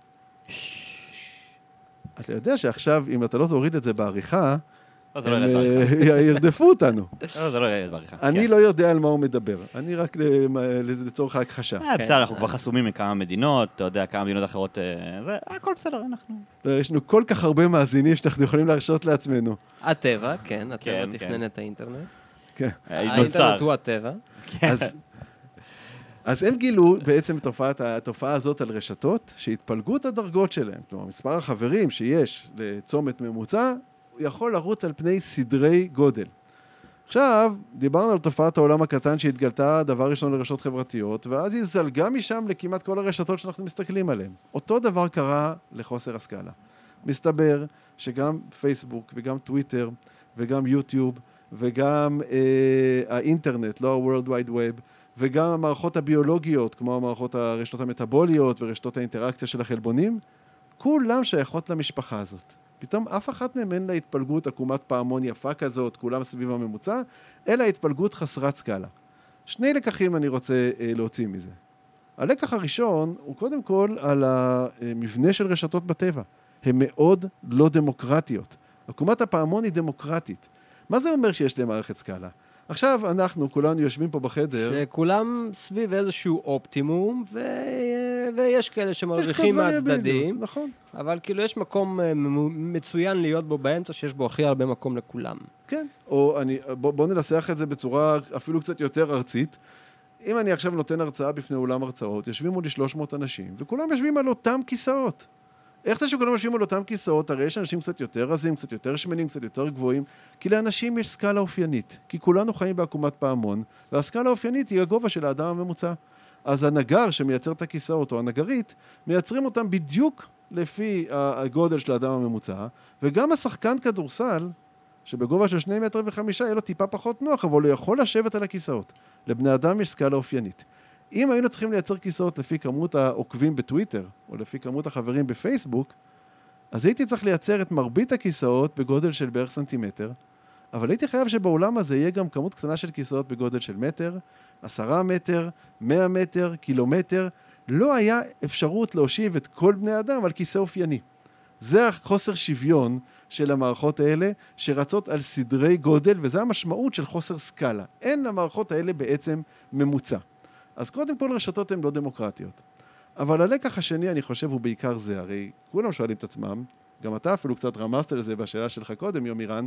אתה יודע שעכשיו, אם אתה לא תוריד את זה בעריכה, הם ירדפו אותנו. אני לא יודע על מה הוא מדבר, אני רק לצורך ההכחשה. בסדר, אנחנו כבר חסומים מכמה מדינות, אתה יודע, כמה מדינות אחרות, זה הכל בסדר, אנחנו... יש לנו כל כך הרבה מאזינים שאנחנו יכולים להרשות לעצמנו. הטבע, כן, הטבע תכנן את האינטרנט. כן. האינטרנט הוא הטבע. אז הם גילו בעצם את תופעת, התופעה הזאת על רשתות, שהתפלגות הדרגות שלהם, כלומר, מספר החברים שיש לצומת ממוצע, הוא יכול לרוץ על פני סדרי גודל. עכשיו, דיברנו על תופעת העולם הקטן שהתגלתה דבר ראשון לרשתות חברתיות, ואז היא זלגה משם לכמעט כל הרשתות שאנחנו מסתכלים עליהן. אותו דבר קרה לחוסר הסקאלה. מסתבר שגם פייסבוק וגם טוויטר וגם יוטיוב וגם אה, האינטרנט, לא ה-World Wide Web, וגם המערכות הביולוגיות, כמו המערכות הרשתות המטאבוליות ורשתות האינטראקציה של החלבונים, כולם שייכות למשפחה הזאת. פתאום אף אחת מהן אין לה התפלגות עקומת פעמון יפה כזאת, כולם סביב הממוצע, אלא התפלגות חסרת סקאלה. שני לקחים אני רוצה אה, להוציא מזה. הלקח הראשון הוא קודם כל על המבנה של רשתות בטבע. הן מאוד לא דמוקרטיות. עקומת הפעמון היא דמוקרטית. מה זה אומר שיש להם מערכת סקאלה? עכשיו אנחנו כולנו יושבים פה בחדר. שכולם סביב איזשהו אופטימום, ו... ויש כאלה שמרוויחים מהצדדים. נכון. אבל כאילו יש מקום מצוין להיות בו באמצע, שיש בו הכי הרבה מקום לכולם. כן. או אני, בוא, בוא ננסח את זה בצורה אפילו קצת יותר ארצית. אם אני עכשיו נותן הרצאה בפני אולם הרצאות, יושבים מולי שלוש מאות אנשים, וכולם יושבים על אותם כיסאות. איך זה שכולם יושבים על אותם כיסאות? הרי יש אנשים קצת יותר רזים, קצת יותר שמנים, קצת יותר גבוהים, כי לאנשים יש סקאלה אופיינית, כי כולנו חיים בעקומת פעמון, והסקאלה האופיינית היא הגובה של האדם הממוצע. אז הנגר שמייצר את הכיסאות, או הנגרית, מייצרים אותם בדיוק לפי הגודל של האדם הממוצע, וגם השחקן כדורסל, שבגובה של שני מטר וחמישה, יהיה לו טיפה פחות נוח, אבל הוא יכול לשבת על הכיסאות. לבני אדם יש סקאלה אופיינית. אם היינו צריכים לייצר כיסאות לפי כמות העוקבים בטוויטר, או לפי כמות החברים בפייסבוק, אז הייתי צריך לייצר את מרבית הכיסאות בגודל של בערך סנטימטר, אבל הייתי חייב שבעולם הזה יהיה גם כמות קטנה של כיסאות בגודל של מטר, עשרה מטר, מאה מטר, קילומטר. לא היה אפשרות להושיב את כל בני אדם על כיסא אופייני. זה החוסר שוויון של המערכות האלה, שרצות על סדרי גודל, וזה המשמעות של חוסר סקאלה. אין למערכות האלה בעצם ממוצע. אז קודם כל רשתות הן לא דמוקרטיות. אבל הלקח השני, אני חושב, הוא בעיקר זה. הרי כולם שואלים את עצמם, גם אתה אפילו קצת רמזת לזה בשאלה שלך קודם, יומירן,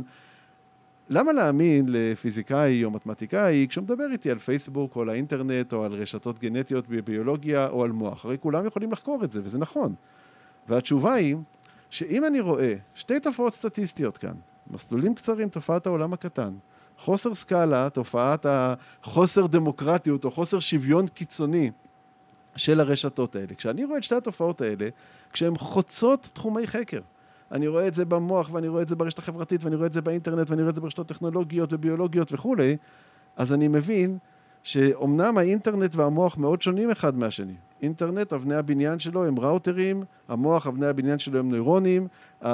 למה להאמין לפיזיקאי או מתמטיקאי כשהוא מדבר איתי על פייסבוק או על האינטרנט או על רשתות גנטיות בביולוגיה או על מוח? הרי כולם יכולים לחקור את זה, וזה נכון. והתשובה היא שאם אני רואה שתי תופעות סטטיסטיות כאן, מסלולים קצרים, תופעת העולם הקטן, חוסר סקאלה, תופעת החוסר דמוקרטיות או חוסר שוויון קיצוני של הרשתות האלה. כשאני רואה את שתי התופעות האלה, כשהן חוצות תחומי חקר, אני רואה את זה במוח ואני רואה את זה ברשת החברתית ואני רואה את זה באינטרנט ואני רואה את זה ברשתות טכנולוגיות וביולוגיות וכו', אז אני מבין שאומנם האינטרנט והמוח מאוד שונים אחד מהשני. אינטרנט, אבני הבניין שלו הם ראוטרים, המוח, אבני הבניין שלו הם נוירונים,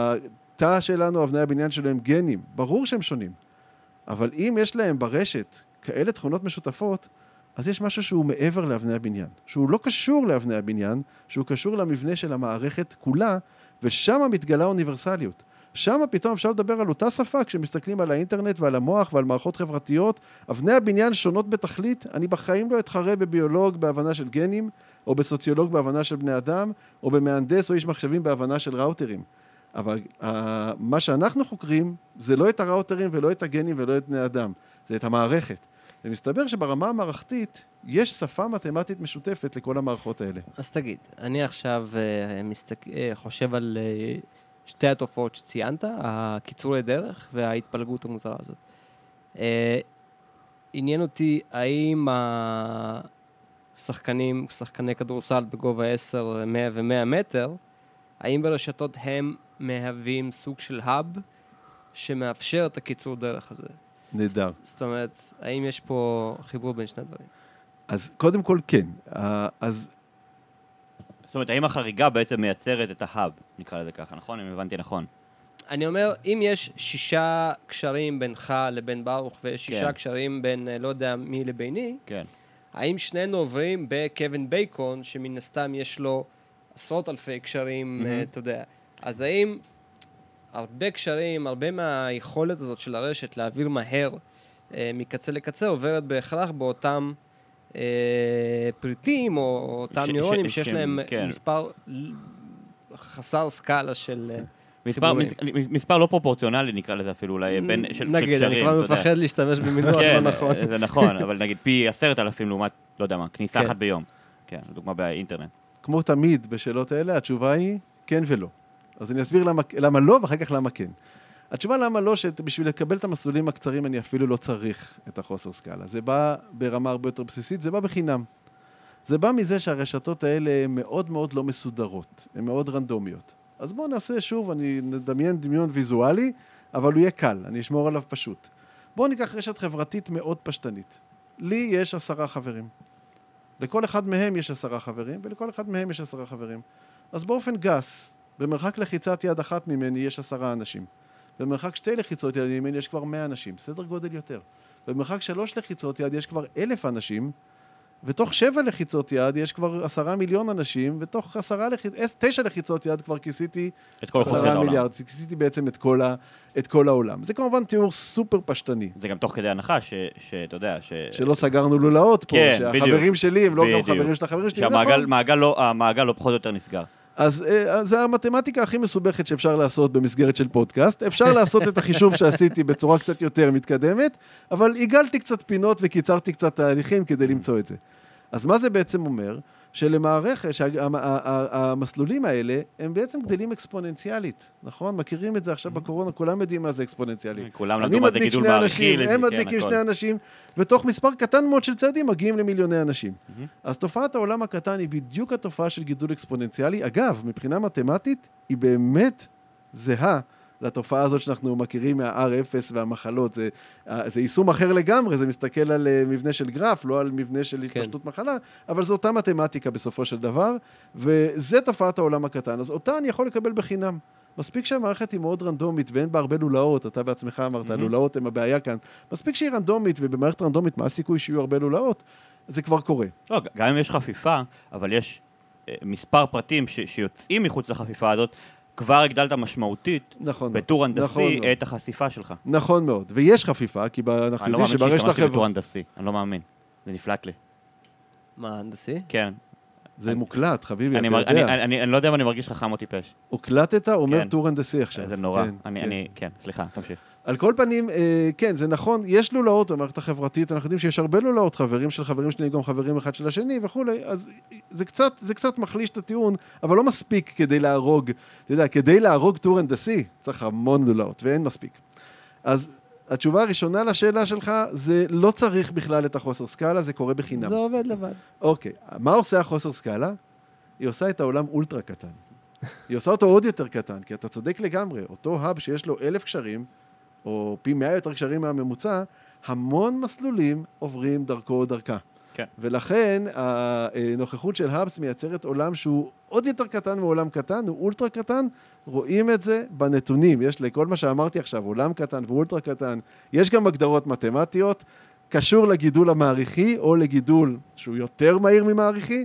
התא שלנו, אבני הבניין שלו הם גנים. ברור שהם שונים. אבל אם יש להם ברשת כאלה תכונות משותפות, אז יש משהו שהוא מעבר לאבני הבניין, שהוא לא קשור לאבני הבניין, שהוא קשור למבנה של המערכת כולה, ושם מתגלה אוניברסליות. שם פתאום אפשר לדבר על אותה שפה, כשמסתכלים על האינטרנט ועל המוח ועל מערכות חברתיות, אבני הבניין שונות בתכלית, אני בחיים לא אתחרה בביולוג בהבנה של גנים, או בסוציולוג בהבנה של בני אדם, או במהנדס או איש מחשבים בהבנה של ראוטרים. אבל uh, מה שאנחנו חוקרים, זה לא את הראוטרים ולא את הגנים ולא את בני אדם, זה את המערכת. ומסתבר שברמה המערכתית, יש שפה מתמטית משותפת לכל המערכות האלה. אז תגיד, אני עכשיו uh, מסתק... uh, חושב על uh, שתי התופעות שציינת, הקיצורי דרך וההתפלגות המוזרה הזאת. Uh, עניין אותי, האם השחקנים, שחקני כדורסל בגובה עשר, מאה ו-מאה מטר, האם ברשתות הם מהווים סוג של האב שמאפשר את הקיצור דרך הזה? נהדר. זאת אומרת, האם יש פה חיבור בין שני דברים? אז קודם כל כן. אז... זאת אומרת, האם החריגה בעצם מייצרת את ההאב, נקרא לזה ככה, נכון? אם הבנתי נכון. אני אומר, אם יש שישה קשרים בינך לבין ברוך, ויש שישה כן. קשרים בין, לא יודע, מי לביני, כן. האם שנינו עוברים בקווין בייקון, שמן הסתם יש לו עשרות אלפי קשרים, mm-hmm. אתה יודע. אז האם הרבה קשרים, הרבה מהיכולת הזאת של הרשת להעביר מהר אה, מקצה לקצה, עוברת בהכרח באותם אה, פריטים או אותם ש- ניורונים ש- שיש ש- להם כן. מספר חסר סקאלה של... מספר, מספר לא פרופורציונלי נקרא לזה אפילו אולי בין של, נגיד, של קשרים. אני כבר מפחד להשתמש במינוח לא נכון. זה נכון, אבל נגיד פי עשרת אלפים לעומת לא יודע מה, כניסה כן. אחת ביום. כן, לדוגמה באינטרנט. כמו תמיד בשאלות האלה, התשובה היא כן ולא. אז אני אסביר למה, למה לא, ואחר כך למה כן. התשובה למה לא, שבשביל לקבל את המסלולים הקצרים אני אפילו לא צריך את החוסר סקאלה. זה בא ברמה הרבה יותר בסיסית, זה בא בחינם. זה בא מזה שהרשתות האלה הן מאוד מאוד לא מסודרות, הן מאוד רנדומיות. אז בואו נעשה שוב, אני נדמיין דמיון ויזואלי, אבל הוא יהיה קל, אני אשמור עליו פשוט. בואו ניקח רשת חברתית מאוד פשטנית. לי יש עשרה חברים. לכל אחד מהם יש עשרה חברים, ולכל אחד מהם יש עשרה חברים. אז באופן גס, במרחק לחיצת יד אחת ממני יש עשרה אנשים. במרחק שתי לחיצות יד ממני יש כבר מאה אנשים, סדר גודל יותר. במרחק שלוש לחיצות יד יש כבר אלף אנשים, ותוך שבע לחיצות יד יש כבר עשרה מיליון אנשים, ותוך עשרה לחיצות, תשע לחיצות יד כבר כיסיתי עשרה מיליארד, כיסיתי בעצם את כל, ה, את כל העולם. זה כמובן תיאור סופר פשטני. זה גם תוך כדי הנחה ש, שאתה יודע, ש... שלא סגרנו לולאות פה, כן, שהחברים בדיוק. שלי הם לא בדיוק. גם חברים של החברים שלי. שהמעגל נכון? מעגל לא, המעגל לא פחות או יותר נסגר. אז, אז זה המתמטיקה הכי מסובכת שאפשר לעשות במסגרת של פודקאסט. אפשר לעשות את החישוב שעשיתי בצורה קצת יותר מתקדמת, אבל עיגלתי קצת פינות וקיצרתי קצת תהליכים כדי למצוא את זה. אז מה זה בעצם אומר? שלמערכת, שהמסלולים האלה, הם בעצם גדלים אקספוננציאלית, נכון? מכירים את זה עכשיו בקורונה, כולם יודעים מה זה אקספוננציאלי. כולם למדו מה זה גידול מעריכי. הם מדליקים שני אנשים, ותוך מספר קטן מאוד של צעדים מגיעים למיליוני אנשים. אז תופעת העולם הקטן היא בדיוק התופעה של גידול אקספוננציאלי. אגב, מבחינה מתמטית, היא באמת זהה לתופעה הזאת שאנחנו מכירים מה-אר אפס והמחלות. זה, זה יישום אחר לגמרי, זה מסתכל על מבנה של גרף, לא על מבנה של התפשטות כן. מחלה, אבל זו אותה מתמטיקה בסופו של דבר, וזה תופעת העולם הקטן. אז אותה אני יכול לקבל בחינם. מספיק שהמערכת היא מאוד רנדומית, ואין בה הרבה לולאות, אתה בעצמך אמרת, mm-hmm. לולאות הם הבעיה כאן. מספיק שהיא רנדומית, ובמערכת רנדומית, מה הסיכוי שיהיו הרבה לולאות? זה כבר קורה. לא, גם אם יש חפיפה, אבל יש uh, מספר פרטים ש- שיוצאים מחוץ לחפיפה הזאת, כבר הגדלת משמעותית, נכון, בטור הנדסי, נכון, את החשיפה שלך. נכון מאוד, ויש חפיפה, כי אנחנו יודעים שברשת החברה... אני לא מאמין שהשתמשתי בטור הנדסי, אני לא מאמין, זה נפלט לי. מה, הנדסי? כן. זה מוקלט, חביבי, אתה יודע. אני, אני, אני, אני לא יודע אם אני מרגיש חכם או טיפש. הוקלטת, אומר טור הנדסי עכשיו. זה נורא, אני, אני, כן, סליחה, תמשיך. על כל פנים, כן, זה נכון, יש לולאות במערכת החברתית, אנחנו יודעים שיש הרבה לולאות, חברים של חברים שלי, גם חברים אחד של השני וכולי, אז זה קצת, זה קצת מחליש את הטיעון, אבל לא מספיק כדי להרוג, אתה יודע, כדי להרוג טור הנדסי, צריך המון לולאות, ואין מספיק. אז התשובה הראשונה לשאלה שלך, זה לא צריך בכלל את החוסר סקאלה, זה קורה בחינם. זה עובד לבד. אוקיי, מה עושה החוסר סקאלה? היא עושה את העולם אולטרה קטן. היא עושה אותו עוד יותר קטן, כי אתה צודק לגמרי, אותו האב שיש לו אלף קשרים, או פי מאה יותר קשרים מהממוצע, המון מסלולים עוברים דרכו או דרכה. כן. ולכן הנוכחות של האבס מייצרת עולם שהוא עוד יותר קטן מעולם קטן, הוא אולטרה קטן, רואים את זה בנתונים, יש לכל מה שאמרתי עכשיו, עולם קטן ואולטרה קטן, יש גם הגדרות מתמטיות, קשור לגידול המעריכי או לגידול שהוא יותר מהיר ממעריכי,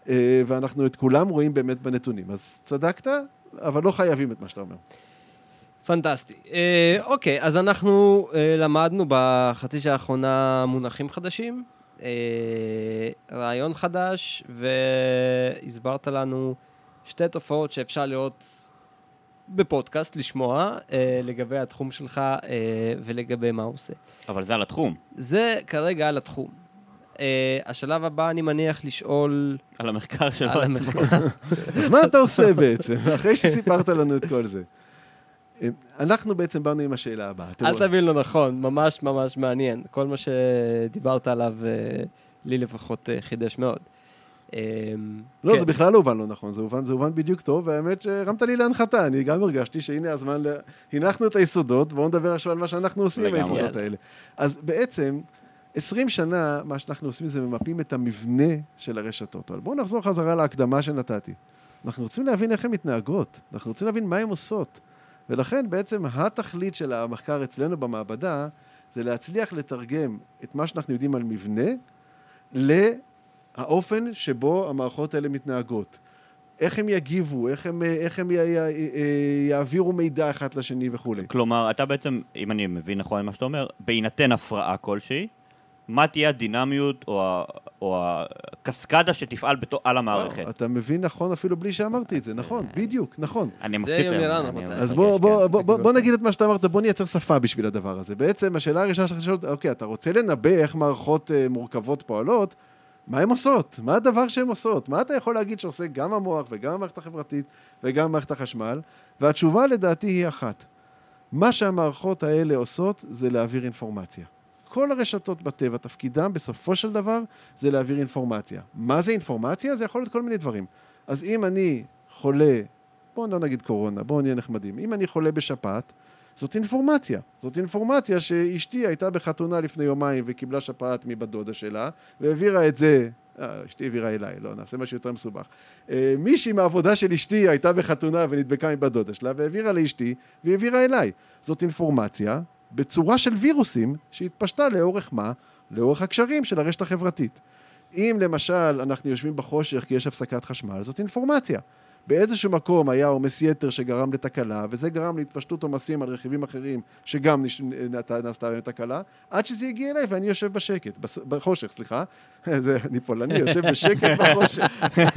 ואנחנו את כולם רואים באמת בנתונים. אז צדקת, אבל לא חייבים את מה שאתה אומר. פנטסטי. אה, אוקיי, אז אנחנו אה, למדנו בחצי שעה האחרונה מונחים חדשים, אה, רעיון חדש, והסברת לנו שתי תופעות שאפשר לראות בפודקאסט, לשמוע, אה, לגבי התחום שלך אה, ולגבי מה הוא עושה. אבל זה על התחום. זה כרגע על התחום. Uh, השלב הבא אני מניח לשאול... על המחקר שלו. על המחקר. אז מה אתה עושה בעצם? אחרי שסיפרת לנו את כל זה. אנחנו בעצם באנו עם השאלה הבאה. אל תבין לו נכון, ממש ממש מעניין. כל מה שדיברת עליו, לי לפחות חידש מאוד. לא, זה בכלל לא הובן לא נכון, זה הובן, זה הובן בדיוק טוב, והאמת שהרמת לי להנחתה, אני גם הרגשתי שהנה הזמן, הנחנו את היסודות, בואו נדבר עכשיו על מה שאנחנו עושים עם היסודות האלה. אז בעצם... עשרים שנה, מה שאנחנו עושים זה ממפים את המבנה של הרשתות. אבל בואו נחזור חזרה להקדמה שנתתי. אנחנו רוצים להבין איך הן מתנהגות, אנחנו רוצים להבין מה הן עושות. ולכן בעצם התכלית של המחקר אצלנו במעבדה, זה להצליח לתרגם את מה שאנחנו יודעים על מבנה, לאופן שבו המערכות האלה מתנהגות. איך הם יגיבו, איך הם, איך הם י, י, י, יעבירו מידע אחד לשני וכו'. כלומר, אתה בעצם, אם אני מבין נכון מה שאתה אומר, בהינתן הפרעה כלשהי, מה תהיה הדינמיות או, או הקסקדה שתפעל בתו, על המערכת? לא, אתה מבין נכון אפילו בלי שאמרתי את זה, נכון, בדיוק, נכון. אני מפתיע. זה יומירן, רבותיי. אז בוא, בוא, בוא, בוא, בוא נגיד את מה שאתה אמרת, בוא נייצר שפה בשביל הדבר הזה. בעצם השאלה הראשונה שלך לשאול, אוקיי, אתה רוצה לנבא איך מערכות מורכבות פועלות, מה הן עושות? מה הדבר שהן עושות? מה אתה יכול להגיד שעושה גם המוח וגם המערכת החברתית וגם מערכת החשמל? והתשובה לדעתי היא אחת. מה שהמערכות האלה עושות זה להעביר אינפורמציה. כל הרשתות בטבע, תפקידם בסופו של דבר זה להעביר אינפורמציה. מה זה אינפורמציה? זה יכול להיות כל מיני דברים. אז אם אני חולה, בואו לא נגיד קורונה, בואו נהיה נחמדים. אם אני חולה בשפעת, זאת אינפורמציה. זאת אינפורמציה שאשתי הייתה בחתונה לפני יומיים וקיבלה שפעת מבת דודה שלה, והעבירה את זה, אה, אשתי העבירה אליי, לא, נעשה משהו יותר מסובך. אה, מישהי מהעבודה של אשתי הייתה בחתונה ונדבקה מבת דודה שלה, והעבירה לאשתי והעבירה אליי. זאת אינפורמציה בצורה של וירוסים שהתפשטה לאורך מה? לאורך הקשרים של הרשת החברתית. אם למשל אנחנו יושבים בחושך כי יש הפסקת חשמל, זאת אינפורמציה. באיזשהו מקום היה עומס יתר שגרם לתקלה, וזה גרם להתפשטות עומסים על רכיבים אחרים שגם נעשתה בהם תקלה, עד שזה הגיע אליי ואני יושב בשקט, בחושך, סליחה. זה, אני פולני, יושב בשקט בחושך.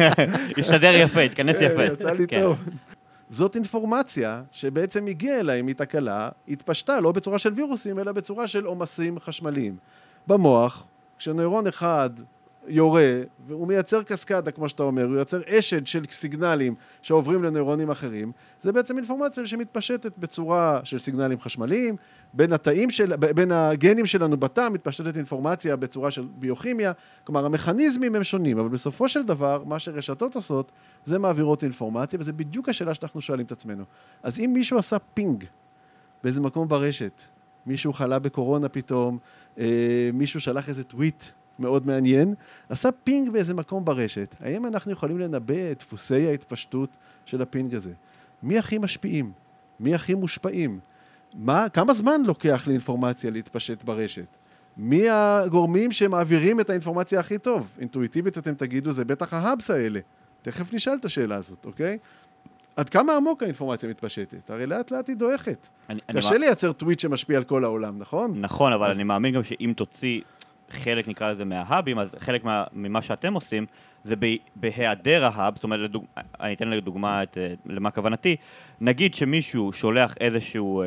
הסתדר יפה, התכנס יפה. יצא לי טוב. זאת אינפורמציה שבעצם הגיעה אליי מתקלה, התפשטה לא בצורה של וירוסים, אלא בצורה של עומסים חשמליים. במוח, כשנוירון אחד יורה, והוא מייצר קסקדה, כמו שאתה אומר, הוא מייצר אשד של סיגנלים שעוברים לנוירונים אחרים, זה בעצם אינפורמציה שמתפשטת בצורה של סיגנלים חשמליים, בין התאים של, בין הגנים שלנו בתא, מתפשטת אינפורמציה בצורה של ביוכימיה, כלומר, המכניזמים הם שונים, אבל בסופו של דבר, מה שרשתות עושות, זה מעבירות אינפורמציה, וזה בדיוק השאלה שאנחנו שואלים את עצמנו. אז אם מישהו עשה פינג באיזה מקום ברשת, מישהו חלה בקורונה פתאום, אה, מישהו שלח איזה טוויט, מאוד מעניין, עשה פינג באיזה מקום ברשת. האם אנחנו יכולים לנבא את דפוסי ההתפשטות של הפינג הזה? מי הכי משפיעים? מי הכי מושפעים? מה, כמה זמן לוקח לאינפורמציה להתפשט ברשת? מי הגורמים שמעבירים את האינפורמציה הכי טוב? אינטואיטיבית אתם תגידו, זה בטח ההאבס האלה. תכף נשאל את השאלה הזאת, אוקיי? עד כמה עמוק האינפורמציה מתפשטת? הרי לאט לאט היא דועכת. קשה לייצר טוויט שמשפיע על כל העולם, נכון? נכון, אבל אני מאמין גם שאם תוציא חלק נקרא לזה מההאבים, אז חלק מה, ממה שאתם עושים, זה בהיעדר ההאב, זאת אומרת, לדוג... אני אתן לדוגמה את, למה כוונתי, נגיד שמישהו שולח איזשהו אה,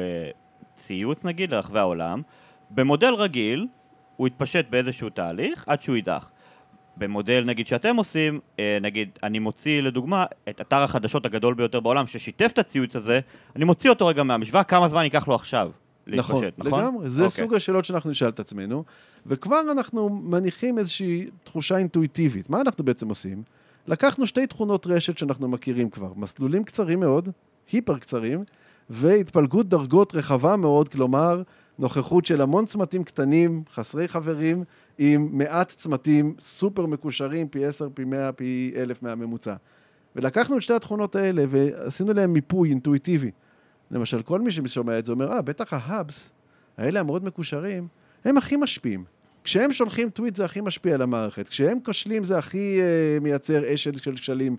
ציוץ, נגיד, לרחבי העולם, במודל רגיל, הוא יתפשט באיזשהו תהליך, עד שהוא יידח. במודל, נגיד, שאתם עושים, אה, נגיד, אני מוציא לדוגמה את אתר החדשות הגדול ביותר בעולם, ששיתף את הציוץ הזה, אני מוציא אותו רגע מהמשוואה, כמה זמן ייקח לו עכשיו. נכון, נכון, לגמרי. זה okay. סוג השאלות שאנחנו נשאל את עצמנו, וכבר אנחנו מניחים איזושהי תחושה אינטואיטיבית. מה אנחנו בעצם עושים? לקחנו שתי תכונות רשת שאנחנו מכירים כבר, מסלולים קצרים מאוד, היפר קצרים, והתפלגות דרגות רחבה מאוד, כלומר, נוכחות של המון צמתים קטנים, חסרי חברים, עם מעט צמתים סופר מקושרים, פי עשר, פי מאה, פי אלף מהממוצע. ולקחנו את שתי התכונות האלה, ועשינו להם מיפוי אינטואיטיבי. למשל, כל מי ששומע את זה אומר, אה, בטח ההאבס, האלה המאוד מקושרים, הם הכי משפיעים. כשהם שולחים טוויט זה הכי משפיע על המערכת. כשהם כושלים זה הכי uh, מייצר אשד של כשלים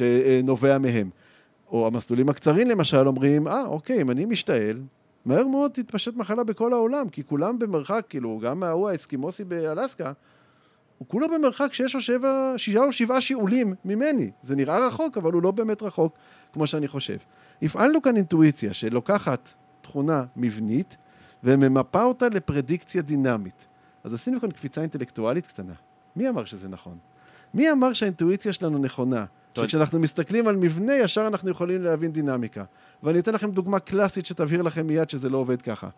שנובע מהם. או המסלולים הקצרים למשל אומרים, אה, אוקיי, אם אני משתעל, מהר מאוד תתפשט מחלה בכל העולם, כי כולם במרחק, כאילו, גם ההוא האסקימוסי באלסקה, הוא כולו במרחק שש או שבע, שישה או שבעה שיעולים ממני. זה נראה רחוק, אבל הוא לא באמת רחוק, כמו שאני חושב. הפעלנו כאן אינטואיציה שלוקחת תכונה מבנית, וממפה אותה לפרדיקציה דינמית. אז עשינו כאן קפיצה אינטלקטואלית קטנה. מי אמר שזה נכון? מי אמר שהאינטואיציה שלנו נכונה? שכשאנחנו מסתכלים על מבנה, ישר אנחנו יכולים להבין דינמיקה. ואני אתן לכם דוגמה קלאסית שתבהיר לכם מיד שזה לא עובד ככה.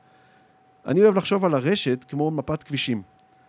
אני אוהב לחשוב על הרשת כמו מפת כבישים.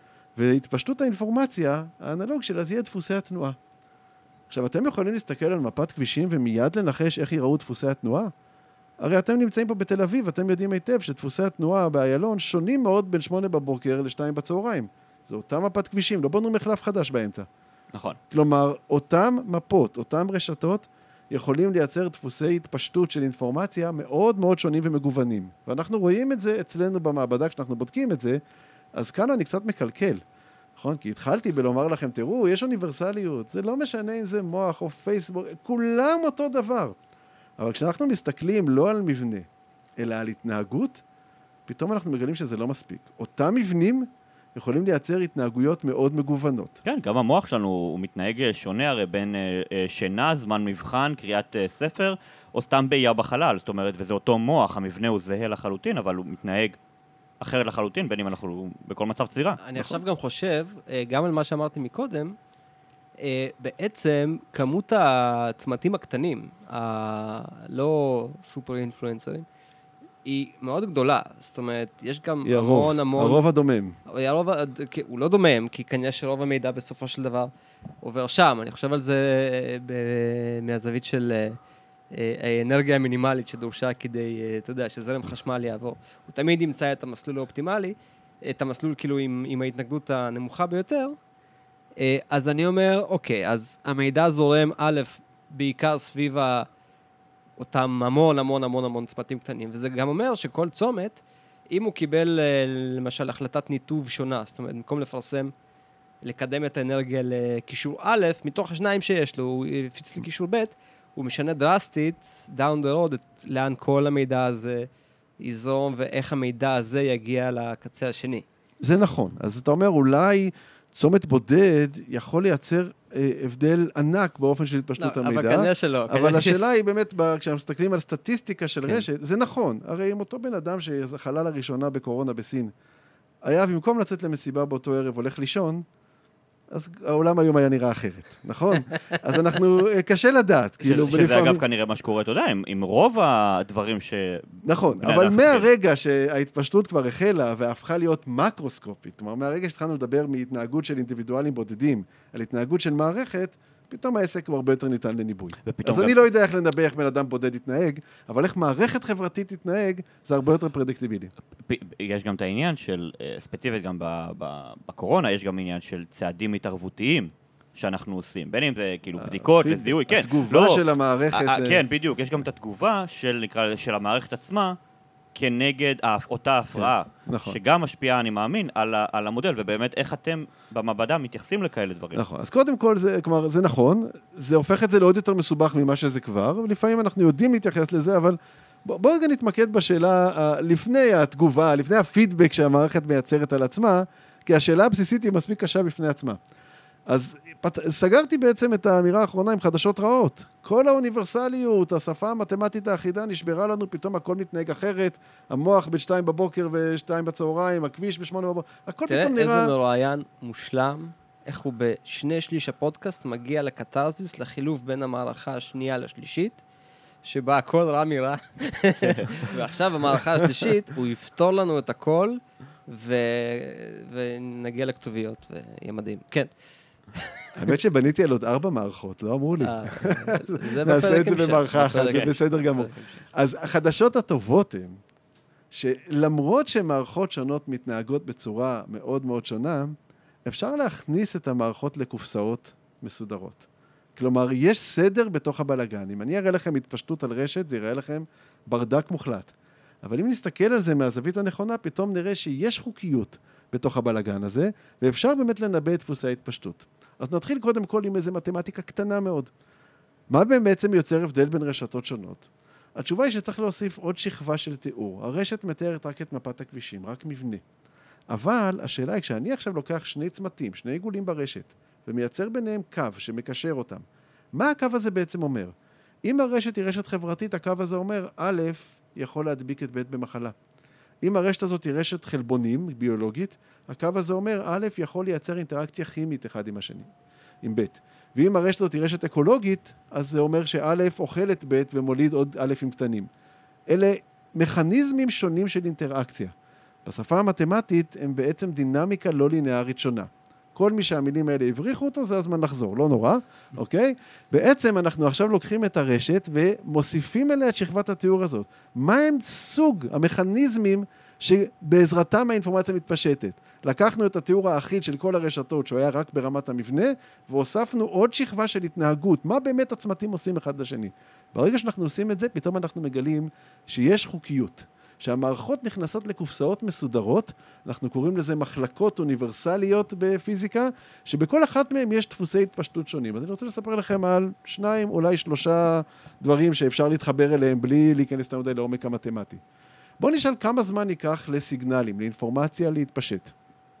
והתפשטות האינפורמציה, האנלוג שלה זה יהיה דפוסי התנועה. עכשיו, אתם יכולים להסתכל על מפת כבישים ומיד לנחש איך ייראו דפוסי התנועה? הרי אתם נמצאים פה בתל אביב, אתם יודעים היטב שדפוסי התנועה באיילון שונים מאוד בין שמונה בבוקר לשתיים בצהריים. זו אותה מפת כבישים, לא בנו מחלף חדש באמצע. נכון. כלומר, אותם מפות, אותם רשתות, יכולים לייצר דפוסי התפשטות של אינפורמציה מאוד מאוד שונים ומגוונים. ואנחנו רואים את זה אצלנו במעבדה, כשאנחנו בודקים את זה, אז כאן אני קצת מקלקל. נכון? כי התחלתי בלומר לכם, תראו, יש אוניברסליות, זה לא משנה אם זה מוח או פייסבוק, כולם אותו דבר. אבל כשאנחנו מסתכלים לא על מבנה, אלא על התנהגות, פתאום אנחנו מגלים שזה לא מספיק. אותם מבנים יכולים לייצר התנהגויות מאוד מגוונות. כן, גם המוח שלנו הוא מתנהג שונה הרי בין שינה, זמן מבחן, קריאת ספר, או סתם באייה בחלל. זאת אומרת, וזה אותו מוח, המבנה הוא זהה לחלוטין, אבל הוא מתנהג אחרת לחלוטין, בין אם אנחנו בכל מצב צבירה. אני עכשיו גם חושב, גם על מה שאמרתי מקודם, בעצם כמות הצמתים הקטנים, הלא סופר אינפלואנסרים, היא מאוד גדולה. זאת אומרת, יש גם המון המון... הרוב הדומם. הרוב, הוא לא דומם, כי כנראה שרוב המידע בסופו של דבר עובר שם. אני חושב על זה מהזווית של האנרגיה המינימלית שדורשה כדי, אתה יודע, שזרם חשמל יעבור. הוא תמיד ימצא את המסלול האופטימלי, את המסלול כאילו עם, עם ההתנגדות הנמוכה ביותר. אז אני אומר, אוקיי, אז המידע זורם א', בעיקר סביב ה... אותם המון המון המון המון צמתים קטנים, וזה גם אומר שכל צומת, אם הוא קיבל למשל החלטת ניתוב שונה, זאת אומרת, במקום לפרסם, לקדם את האנרגיה לקישור א', מתוך השניים שיש לו, הוא הפיץ לקישור ב', הוא משנה דרסטית, down the road, לאן כל המידע הזה יזרום, ואיך המידע הזה יגיע לקצה השני. זה נכון. אז אתה אומר, אולי צומת בודד יכול לייצר אה, הבדל ענק באופן של התפשטות לא, המידע. אבל כנראה שלא. אבל השאלה היא באמת, כשאנחנו מסתכלים על סטטיסטיקה של כן. רשת, זה נכון. הרי אם אותו בן אדם שחלה לראשונה בקורונה בסין, היה במקום לצאת למסיבה באותו ערב, הולך לישון, אז העולם היום היה נראה אחרת, נכון? אז אנחנו, קשה לדעת. כאילו, שזה בלפעמים... אגב כנראה מה שקורה, אתה יודע, עם, עם רוב הדברים ש... נכון, אבל מהרגע שההתפשטות כבר החלה והפכה להיות מקרוסקופית, כלומר, מהרגע שהתחלנו לדבר מהתנהגות של אינדיבידואלים בודדים, על התנהגות של מערכת, פתאום העסק הוא הרבה יותר ניתן לניבוי. אז גם... אני לא יודע איך לנבא איך בן אדם בודד יתנהג, אבל איך מערכת חברתית תתנהג, זה הרבה יותר פרדיקטיבילי. יש גם את העניין של, ספציפית גם בקורונה, יש גם עניין של צעדים התערבותיים שאנחנו עושים, בין אם זה כאילו בדיקות, לזיהוי, כן. התגובה של המערכת... כן, בדיוק, יש גם את התגובה של המערכת עצמה, כנגד אותה הפרעה, כן, נכון. שגם משפיעה, אני מאמין, על, על המודל, ובאמת איך אתם במעבדה מתייחסים לכאלה דברים. נכון, אז קודם כל, זה, כלומר, זה נכון, זה הופך את זה לעוד יותר מסובך ממה שזה כבר, ולפעמים אנחנו יודעים להתייחס לזה, אבל בואו בוא רגע נתמקד בשאלה לפני התגובה, לפני הפידבק שהמערכת מייצרת על עצמה, כי השאלה הבסיסית היא מספיק קשה בפני עצמה. אז פת... סגרתי בעצם את האמירה האחרונה עם חדשות רעות. כל האוניברסליות, השפה המתמטית האחידה נשברה לנו, פתאום הכל מתנהג אחרת, המוח בשתיים בבוקר ושתיים בצהריים, הכביש בשמונה בבוקר, הכל תראה, פתאום נראה... תראה איזה מרואיין מושלם, איך הוא בשני שליש הפודקאסט מגיע לקטרזיס, לחילוף בין המערכה השנייה לשלישית, שבה הכל רע מרע, ועכשיו במערכה השלישית הוא יפתור לנו את הכל, ו... ונגיע לכתוביות, ויהיה מדהים. כן. האמת שבניתי על עוד ארבע מערכות, לא אמרו לי. זה נעשה את זה במערכה אחת, זה בסדר גמור. אז החדשות הטובות הן, שלמרות שמערכות שונות מתנהגות בצורה מאוד מאוד שונה, אפשר להכניס את המערכות לקופסאות מסודרות. כלומר, יש סדר בתוך הבלגן. אם אני אראה לכם התפשטות על רשת, זה יראה לכם ברדק מוחלט. אבל אם נסתכל על זה מהזווית הנכונה, פתאום נראה שיש חוקיות בתוך הבלגן הזה, ואפשר באמת לנבא את דפוסי ההתפשטות. אז נתחיל קודם כל עם איזו מתמטיקה קטנה מאוד. מה בעצם יוצר הבדל בין רשתות שונות? התשובה היא שצריך להוסיף עוד שכבה של תיאור. הרשת מתארת רק את מפת הכבישים, רק מבנה. אבל השאלה היא, כשאני עכשיו לוקח שני צמתים, שני עיגולים ברשת, ומייצר ביניהם קו שמקשר אותם, מה הקו הזה בעצם אומר? אם הרשת היא רשת חברתית, הקו הזה אומר, א', יכול להדביק את ב' במחלה. אם הרשת הזאת היא רשת חלבונים, ביולוגית, הקו הזה אומר, א', יכול לייצר אינטראקציה כימית אחד עם השני, עם ב'. ואם הרשת הזאת היא רשת אקולוגית, אז זה אומר שא' אוכל את ב' ומוליד עוד א' עם קטנים. אלה מכניזמים שונים של אינטראקציה. בשפה המתמטית הם בעצם דינמיקה לא לינארית שונה. כל מי שהמילים האלה הבריחו אותו, זה הזמן לחזור, לא נורא, אוקיי? בעצם אנחנו עכשיו לוקחים את הרשת ומוסיפים אליה את שכבת התיאור הזאת. מה הם סוג המכניזמים שבעזרתם האינפורמציה מתפשטת? לקחנו את התיאור האחיד של כל הרשתות, שהוא היה רק ברמת המבנה, והוספנו עוד שכבה של התנהגות. מה באמת הצמתים עושים אחד לשני? ברגע שאנחנו עושים את זה, פתאום אנחנו מגלים שיש חוקיות. שהמערכות נכנסות לקופסאות מסודרות, אנחנו קוראים לזה מחלקות אוניברסליות בפיזיקה, שבכל אחת מהם יש דפוסי התפשטות שונים. אז אני רוצה לספר לכם על שניים, אולי שלושה דברים שאפשר להתחבר אליהם בלי להיכנס את המודל לעומק המתמטי. בואו נשאל כמה זמן ייקח לסיגנלים, לאינפורמציה להתפשט.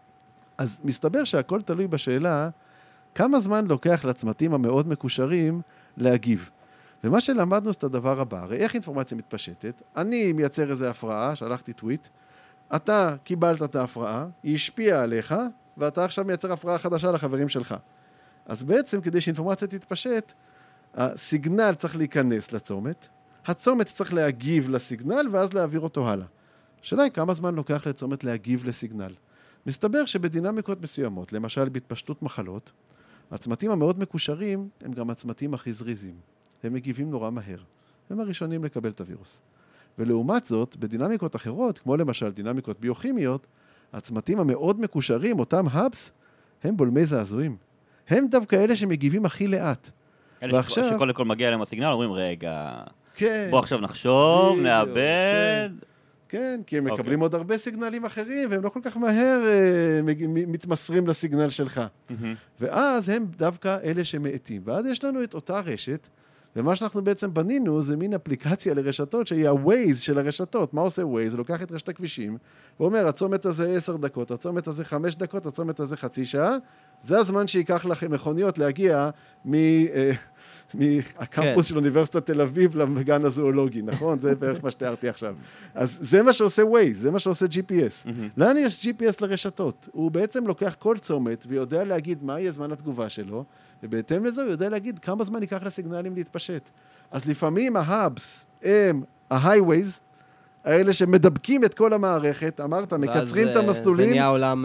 אז מסתבר שהכל תלוי בשאלה, כמה זמן לוקח לצמתים המאוד מקושרים להגיב. ומה שלמדנו זה את הדבר הבא, הרי איך אינפורמציה מתפשטת? אני מייצר איזו הפרעה, שלחתי טוויט, אתה קיבלת את ההפרעה, היא השפיעה עליך, ואתה עכשיו מייצר הפרעה חדשה לחברים שלך. אז בעצם, כדי שאינפורמציה תתפשט, הסיגנל צריך להיכנס לצומת, הצומת צריך להגיב לסיגנל, ואז להעביר אותו הלאה. השאלה היא כמה זמן לוקח לצומת להגיב לסיגנל. מסתבר שבדינמיקות מסוימות, למשל בהתפשטות מחלות, הצמתים המאוד מקושרים הם גם הצמתים הכי זריזים. הם מגיבים נורא מהר. הם הראשונים לקבל את הווירוס. ולעומת זאת, בדינמיקות אחרות, כמו למשל דינמיקות ביוכימיות, הצמתים המאוד מקושרים, אותם האבס, הם בולמי זעזועים. הם דווקא אלה שמגיבים הכי לאט. אלה ועכשיו... שקודם כל מגיע להם הסיגנל, אומרים, רגע, כן, בוא עכשיו נחשוב, בדיוק, נאבד. כן. כן, כי הם אוקיי. מקבלים עוד הרבה סיגנלים אחרים, והם לא כל כך מהר אה, מתמסרים לסיגנל שלך. Mm-hmm. ואז הם דווקא אלה שמעטים. ואז יש לנו את אותה רשת, ומה שאנחנו בעצם בנינו זה מין אפליקציה לרשתות, שהיא ה-Waze של הרשתות. מה עושה Waze? לוקח את רשת הכבישים, ואומר, הצומת הזה עשר דקות, הצומת הזה חמש דקות, הצומת הזה חצי שעה, זה הזמן שיקח לכם מכוניות להגיע מ... אה, מהקמפוס של אוניברסיטת תל אביב לגן הזואולוגי, נכון? זה בערך מה שתיארתי עכשיו. אז זה מה שעושה Waze, זה מה שעושה ג'י פי אס. לאן יש ג'י פי אס לרשתות? הוא בעצם לוקח כל צומת ויודע להגיד מה יהיה זמן התגובה שלו, ובהתאם לזה הוא יודע להגיד כמה זמן ייקח לסיגנלים להתפשט. אז לפעמים ההאבס הם ההייווייז, האלה שמדבקים את כל המערכת, אמרת, מקצרים את המסלולים. זה נהיה עולם...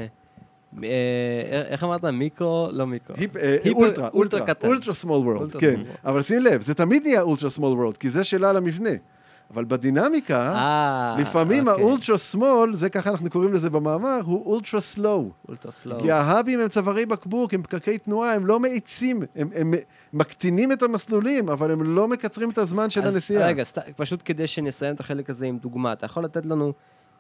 איך אמרת? מיקרו? לא מיקרו. אולטרה, אולטרה קטן. אולטרה סמול וורלד, כן. אבל שים לב, זה תמיד נהיה אולטרה סמול וורלד, כי זה שאלה על המבנה. אבל בדינמיקה, לפעמים האולטרה סמול, זה ככה אנחנו קוראים לזה במאמר, הוא אולטרה סלואו. אולטרה סלואו. כי ההאבים הם צווארי בקבוק, הם פקקי תנועה, הם לא מאיצים, הם מקטינים את המסלולים, אבל הם לא מקצרים את הזמן של הנסיעה. אז רגע, פשוט כדי שנסיים את החלק הזה עם דוגמה, אתה יכול לתת לנו...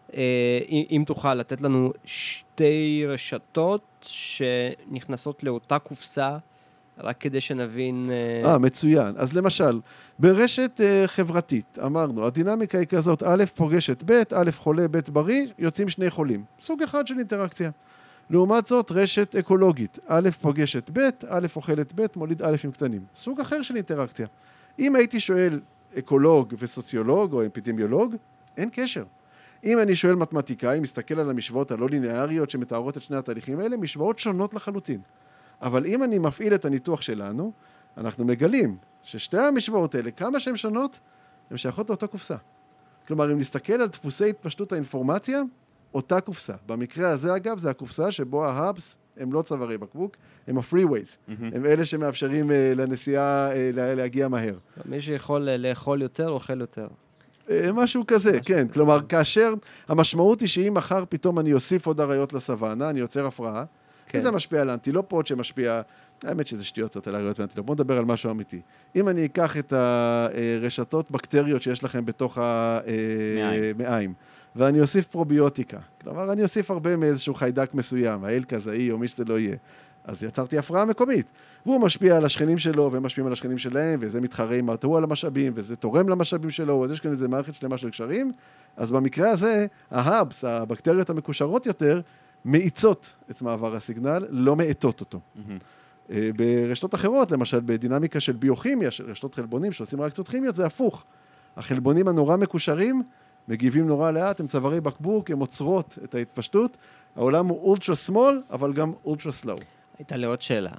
אם תוכל לתת לנו שתי רשתות שנכנסות לאותה קופסה, רק כדי שנבין... אה, מצוין. אז למשל, ברשת חברתית, אמרנו, הדינמיקה היא כזאת, א' פוגשת ב', א' חולה, ב' בריא, יוצאים שני חולים. סוג אחד של אינטראקציה. לעומת זאת, רשת אקולוגית, א' פוגשת ב', א' אוכלת ב', מוליד א' עם קטנים. סוג אחר של אינטראקציה. אם הייתי שואל אקולוג וסוציולוג או אפידמיולוג, אין קשר. אם אני שואל מתמטיקאי, מסתכל על המשוואות הלא לינאריות שמתארות את שני התהליכים האלה, משוואות שונות לחלוטין. אבל אם אני מפעיל את הניתוח שלנו, אנחנו מגלים ששתי המשוואות האלה, כמה שהן שונות, הן שייכות לאותה קופסה. כלומר, אם נסתכל על דפוסי התפשטות האינפורמציה, אותה קופסה. במקרה הזה, אגב, זה הקופסה שבו ההאבס הם לא צווארי בקבוק, הם ה-freeways. Mm-hmm. הם אלה שמאפשרים uh, לנסיעה uh, להגיע מהר. מי שיכול לאכול יותר, אוכל יותר. משהו כזה, כן. כלומר, כאשר המשמעות היא שאם מחר פתאום אני אוסיף עוד הריות לסוואנה, אני יוצר הפרעה, וזה משפיע על האנטילופות שמשפיע, האמת שזה שטויות קצת על הריות ואנטילופות, בואו נדבר על משהו אמיתי. אם אני אקח את הרשתות בקטריות שיש לכם בתוך המעיים, ואני אוסיף פרוביוטיקה, כלומר, אני אוסיף הרבה מאיזשהו חיידק מסוים, האל כזאי או מי שזה לא יהיה, אז יצרתי הפרעה מקומית, והוא משפיע על השכנים שלו, והם משפיעים על השכנים שלהם, וזה מתחרה עם הרתעו על המשאבים, וזה תורם למשאבים שלו, אז יש כאן איזו מערכת שלמה של קשרים, אז במקרה הזה, ההאבס, הבקטריות המקושרות יותר, מאיצות את מעבר הסיגנל, לא מאטות אותו. Mm-hmm. ברשתות אחרות, למשל בדינמיקה של ביוכימיה, של רשתות חלבונים שעושים ריאקציות כימיות, זה הפוך. החלבונים הנורא מקושרים, מגיבים נורא לאט, הם צווארי בקבוק, הם עוצרות את ההתפשטות, העולם הוא אולטרה סמול, אבל גם אולטרה סלואו. הייתה לי עוד שאלה.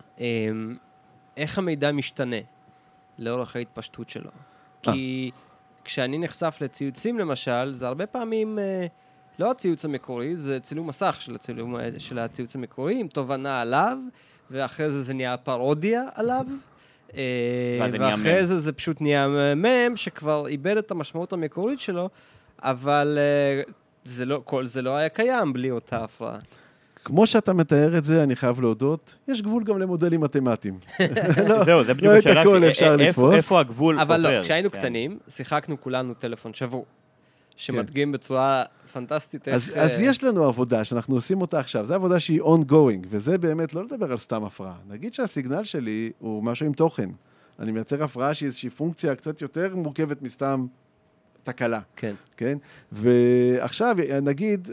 איך המידע משתנה לאורך ההתפשטות שלו? כי כשאני נחשף לציוצים למשל, זה הרבה פעמים לא הציוץ המקורי, זה צילום מסך של, הצילום, של הציוץ המקורי, עם תובנה עליו, ואחרי זה זה נהיה פרודיה עליו, ואחרי זה זה פשוט נהיה מם, שכבר איבד את המשמעות המקורית שלו, אבל זה לא, כל זה לא היה קיים בלי אותה הפרעה. כמו שאתה מתאר את זה, אני חייב להודות, יש גבול גם למודלים מתמטיים. זהו, זה בדיוק השאלה שלי, איפה הגבול עובר? אבל לא, כשהיינו קטנים, שיחקנו כולנו טלפון שבור, שמדגים בצורה פנטסטית. אז יש לנו עבודה שאנחנו עושים אותה עכשיו, זו עבודה שהיא ongoing, וזה באמת לא לדבר על סתם הפרעה. נגיד שהסיגנל שלי הוא משהו עם תוכן. אני מייצר הפרעה שהיא איזושהי פונקציה קצת יותר מורכבת מסתם תקלה. כן. כן? ועכשיו נגיד,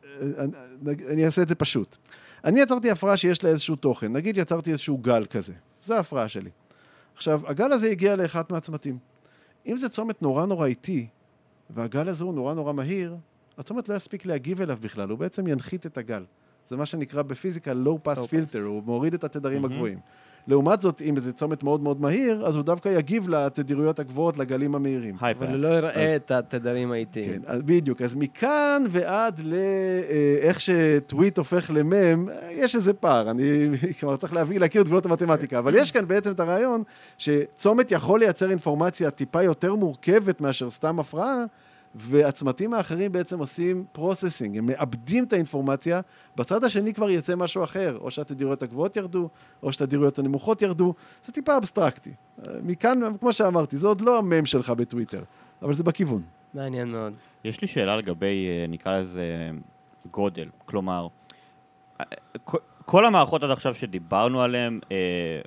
אני אעשה את זה פשוט. אני יצרתי הפרעה שיש לה איזשהו תוכן, נגיד יצרתי איזשהו גל כזה, זו ההפרעה שלי. עכשיו, הגל הזה הגיע לאחת מהצמתים. אם זה צומת נורא נורא איטי, והגל הזה הוא נורא נורא מהיר, הצומת לא יספיק להגיב אליו בכלל, הוא בעצם ינחית את הגל. זה מה שנקרא בפיזיקה low pass Low filter, pass. הוא מוריד את התדרים Mhm. הגבוהים. לעומת זאת, אם זה צומת מאוד מאוד מהיר, אז הוא דווקא יגיב לתדירויות הגבוהות, לגלים המהירים. היי אבל פאס. הוא לא יראה אז- את התדרים האיטיים. כן, אז בדיוק. אז מכאן ועד לאיך שטוויט הופך למם, יש איזה פער. אני כבר צריך להביא, להכיר את גבולות המתמטיקה. אבל יש כאן בעצם את הרעיון שצומת יכול לייצר אינפורמציה טיפה יותר מורכבת מאשר סתם הפרעה, והצמתים האחרים בעצם עושים פרוססינג, הם מאבדים את האינפורמציה, בצד השני כבר יצא משהו אחר, או שהתדירויות הגבוהות ירדו, או שהתדירויות הנמוכות ירדו, זה טיפה אבסטרקטי. מכאן, כמו שאמרתי, זה עוד לא המם שלך בטוויטר, אבל זה בכיוון. מעניין מאוד. יש לי שאלה לגבי, אה, נקרא לזה, גודל. כלומר, אה, כל- כל המערכות עד עכשיו שדיברנו עליהן, אה,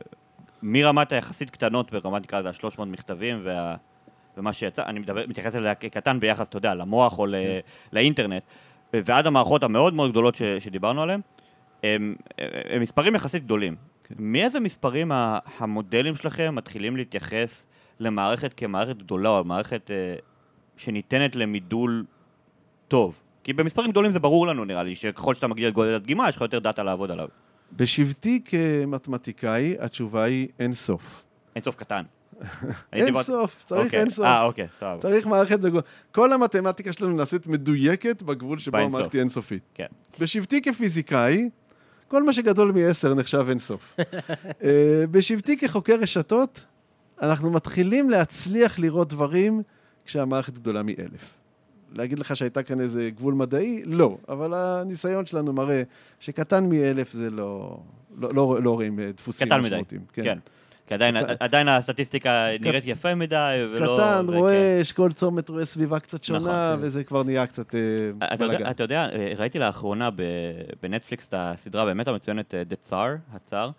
מרמת היחסית קטנות ברמת, נקרא לזה, ה-שלוש מאות מכתבים, וה... ומה שיצא, אני מדבר, מתייחס לזה כקטן ביחס, אתה יודע, למוח או ל- לאינטרנט, ועד המערכות המאוד מאוד גדולות ש- שדיברנו עליהן, הם, הם מספרים יחסית גדולים. כן. מאיזה מספרים ה- המודלים שלכם מתחילים להתייחס למערכת כמערכת גדולה, או מערכת אה, שניתנת למידול טוב? כי במספרים גדולים זה ברור לנו, נראה לי, שככל שאתה מגיע לגודל הדגימה, יש לך יותר דאטה לעבוד עליו. בשבתי כמתמטיקאי, התשובה היא אין סוף. אין סוף קטן. אני אין דיברת- סוף, צריך אוקיי. אין סוף. אה, אוקיי, סבבה. צריך מערכת בגבול. כל המתמטיקה שלנו נעשית מדויקת בגבול שבו באינסוף. המערכת היא אינסופית. כן. בשבתי כפיזיקאי, כל מה שגדול מ-עשר נחשב אינסוף. אה, בשבתי כחוקר רשתות, אנחנו מתחילים להצליח לראות דברים כשהמערכת גדולה מאלף. להגיד לך שהייתה כאן איזה גבול מדעי? לא. אבל הניסיון שלנו מראה שקטן מאלף זה לא, לא, לא, לא רואים אה, דפוסים קטן מדי. משמעותיים. כן. כי עדיין, קטן. עדיין הסטטיסטיקה נראית יפה מדי, ולא... קטן, זה, רואה, אשכול צומת, רואה סביבה קצת שונה, נכון. וזה כבר נהיה קצת אה, כן. אתה יודע, בלגן. אתה יודע, ראיתי לאחרונה ב- בנטפליקס את הסדרה באמת המצוינת אה, The Tsar, הצאר,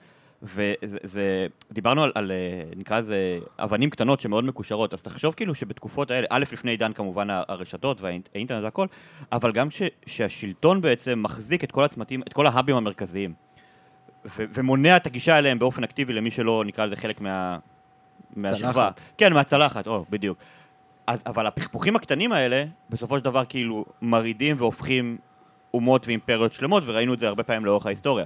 וזה, דיברנו על, על, אה, נקרא לזה, אבנים קטנות שמאוד מקושרות, אז תחשוב כאילו שבתקופות האלה, א', לפני עידן כמובן הרשתות והאינטרנט והכל, אבל גם ש, שהשלטון בעצם מחזיק את כל הצמתים, את כל ההאבים המרכזיים, ו- ומונע את הגישה אליהם באופן אקטיבי למי שלא נקרא לזה חלק מה... מהשכבה. צלחת. כן, מהצלחת, או, בדיוק. אז, אבל הפכפוכים הקטנים האלה, בסופו של דבר כאילו מרידים והופכים אומות ואימפריות שלמות, וראינו את זה הרבה פעמים לאורך ההיסטוריה.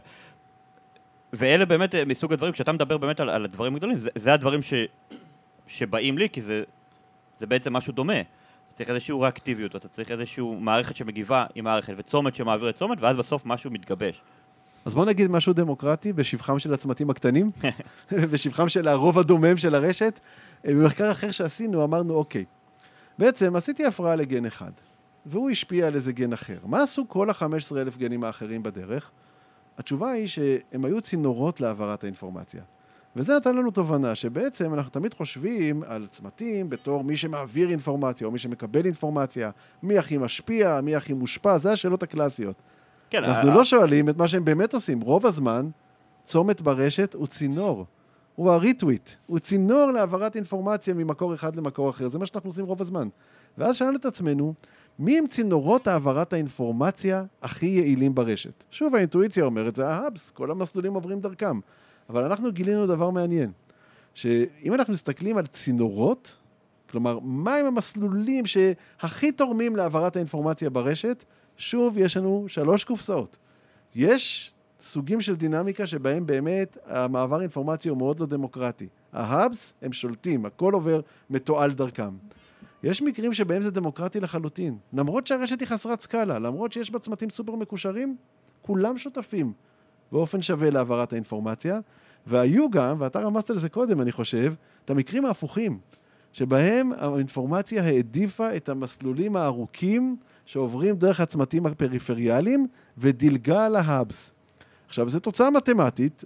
ואלה באמת אה, מסוג הדברים, כשאתה מדבר באמת על, על הדברים הגדולים, זה, זה הדברים ש, שבאים לי, כי זה, זה בעצם משהו דומה. אתה צריך איזושהי ריאקטיביות, אתה צריך איזושהי מערכת שמגיבה עם מערכת, וצומת שמעביר את צומת, ואז בסוף משהו מתגבש. אז בוא נגיד משהו דמוקרטי בשבחם של הצמתים הקטנים, בשבחם של הרוב הדומם של הרשת. במחקר אחר שעשינו אמרנו, אוקיי, בעצם עשיתי הפרעה לגן אחד, והוא השפיע על איזה גן אחר. מה עשו כל ה-חמישה עשר אלף גנים האחרים בדרך? התשובה היא שהם היו צינורות להעברת האינפורמציה. וזה נתן לנו תובנה שבעצם אנחנו תמיד חושבים על צמתים בתור מי שמעביר אינפורמציה, או מי שמקבל אינפורמציה, מי הכי משפיע, מי הכי מושפע, זה השאלות הקלאסיות. כן, אנחנו ה- לא שואלים את מה שהם באמת עושים. רוב הזמן, צומת ברשת הוא צינור. הוא הריטוויט. הוא צינור להעברת אינפורמציה ממקור אחד למקור אחר. זה מה שאנחנו עושים רוב הזמן. ואז שאלנו את עצמנו, מי הם צינורות העברת האינפורמציה הכי יעילים ברשת? שוב, האינטואיציה אומרת, זה ההאבס, כל המסלולים עוברים דרכם. אבל אנחנו גילינו דבר מעניין, שאם אנחנו מסתכלים על צינורות, כלומר, מה הם המסלולים שהכי תורמים להעברת האינפורמציה ברשת, שוב, יש לנו שלוש קופסאות. יש סוגים של דינמיקה שבהם באמת המעבר אינפורמציה הוא מאוד לא דמוקרטי. ההאבס הם שולטים, הכל עובר מתועל דרכם. יש מקרים שבהם זה דמוקרטי לחלוטין. למרות שהרשת היא חסרת סקאלה, למרות שיש בה צמתים סופר מקושרים, כולם שותפים באופן שווה להעברת האינפורמציה. והיו גם, ואתה רמזת לזה קודם, אני חושב, את המקרים ההפוכים, שבהם האינפורמציה העדיפה את המסלולים הארוכים שעוברים דרך הצמתים הפריפריאליים ודילגה על ההאבס. עכשיו, זו תוצאה מתמטית,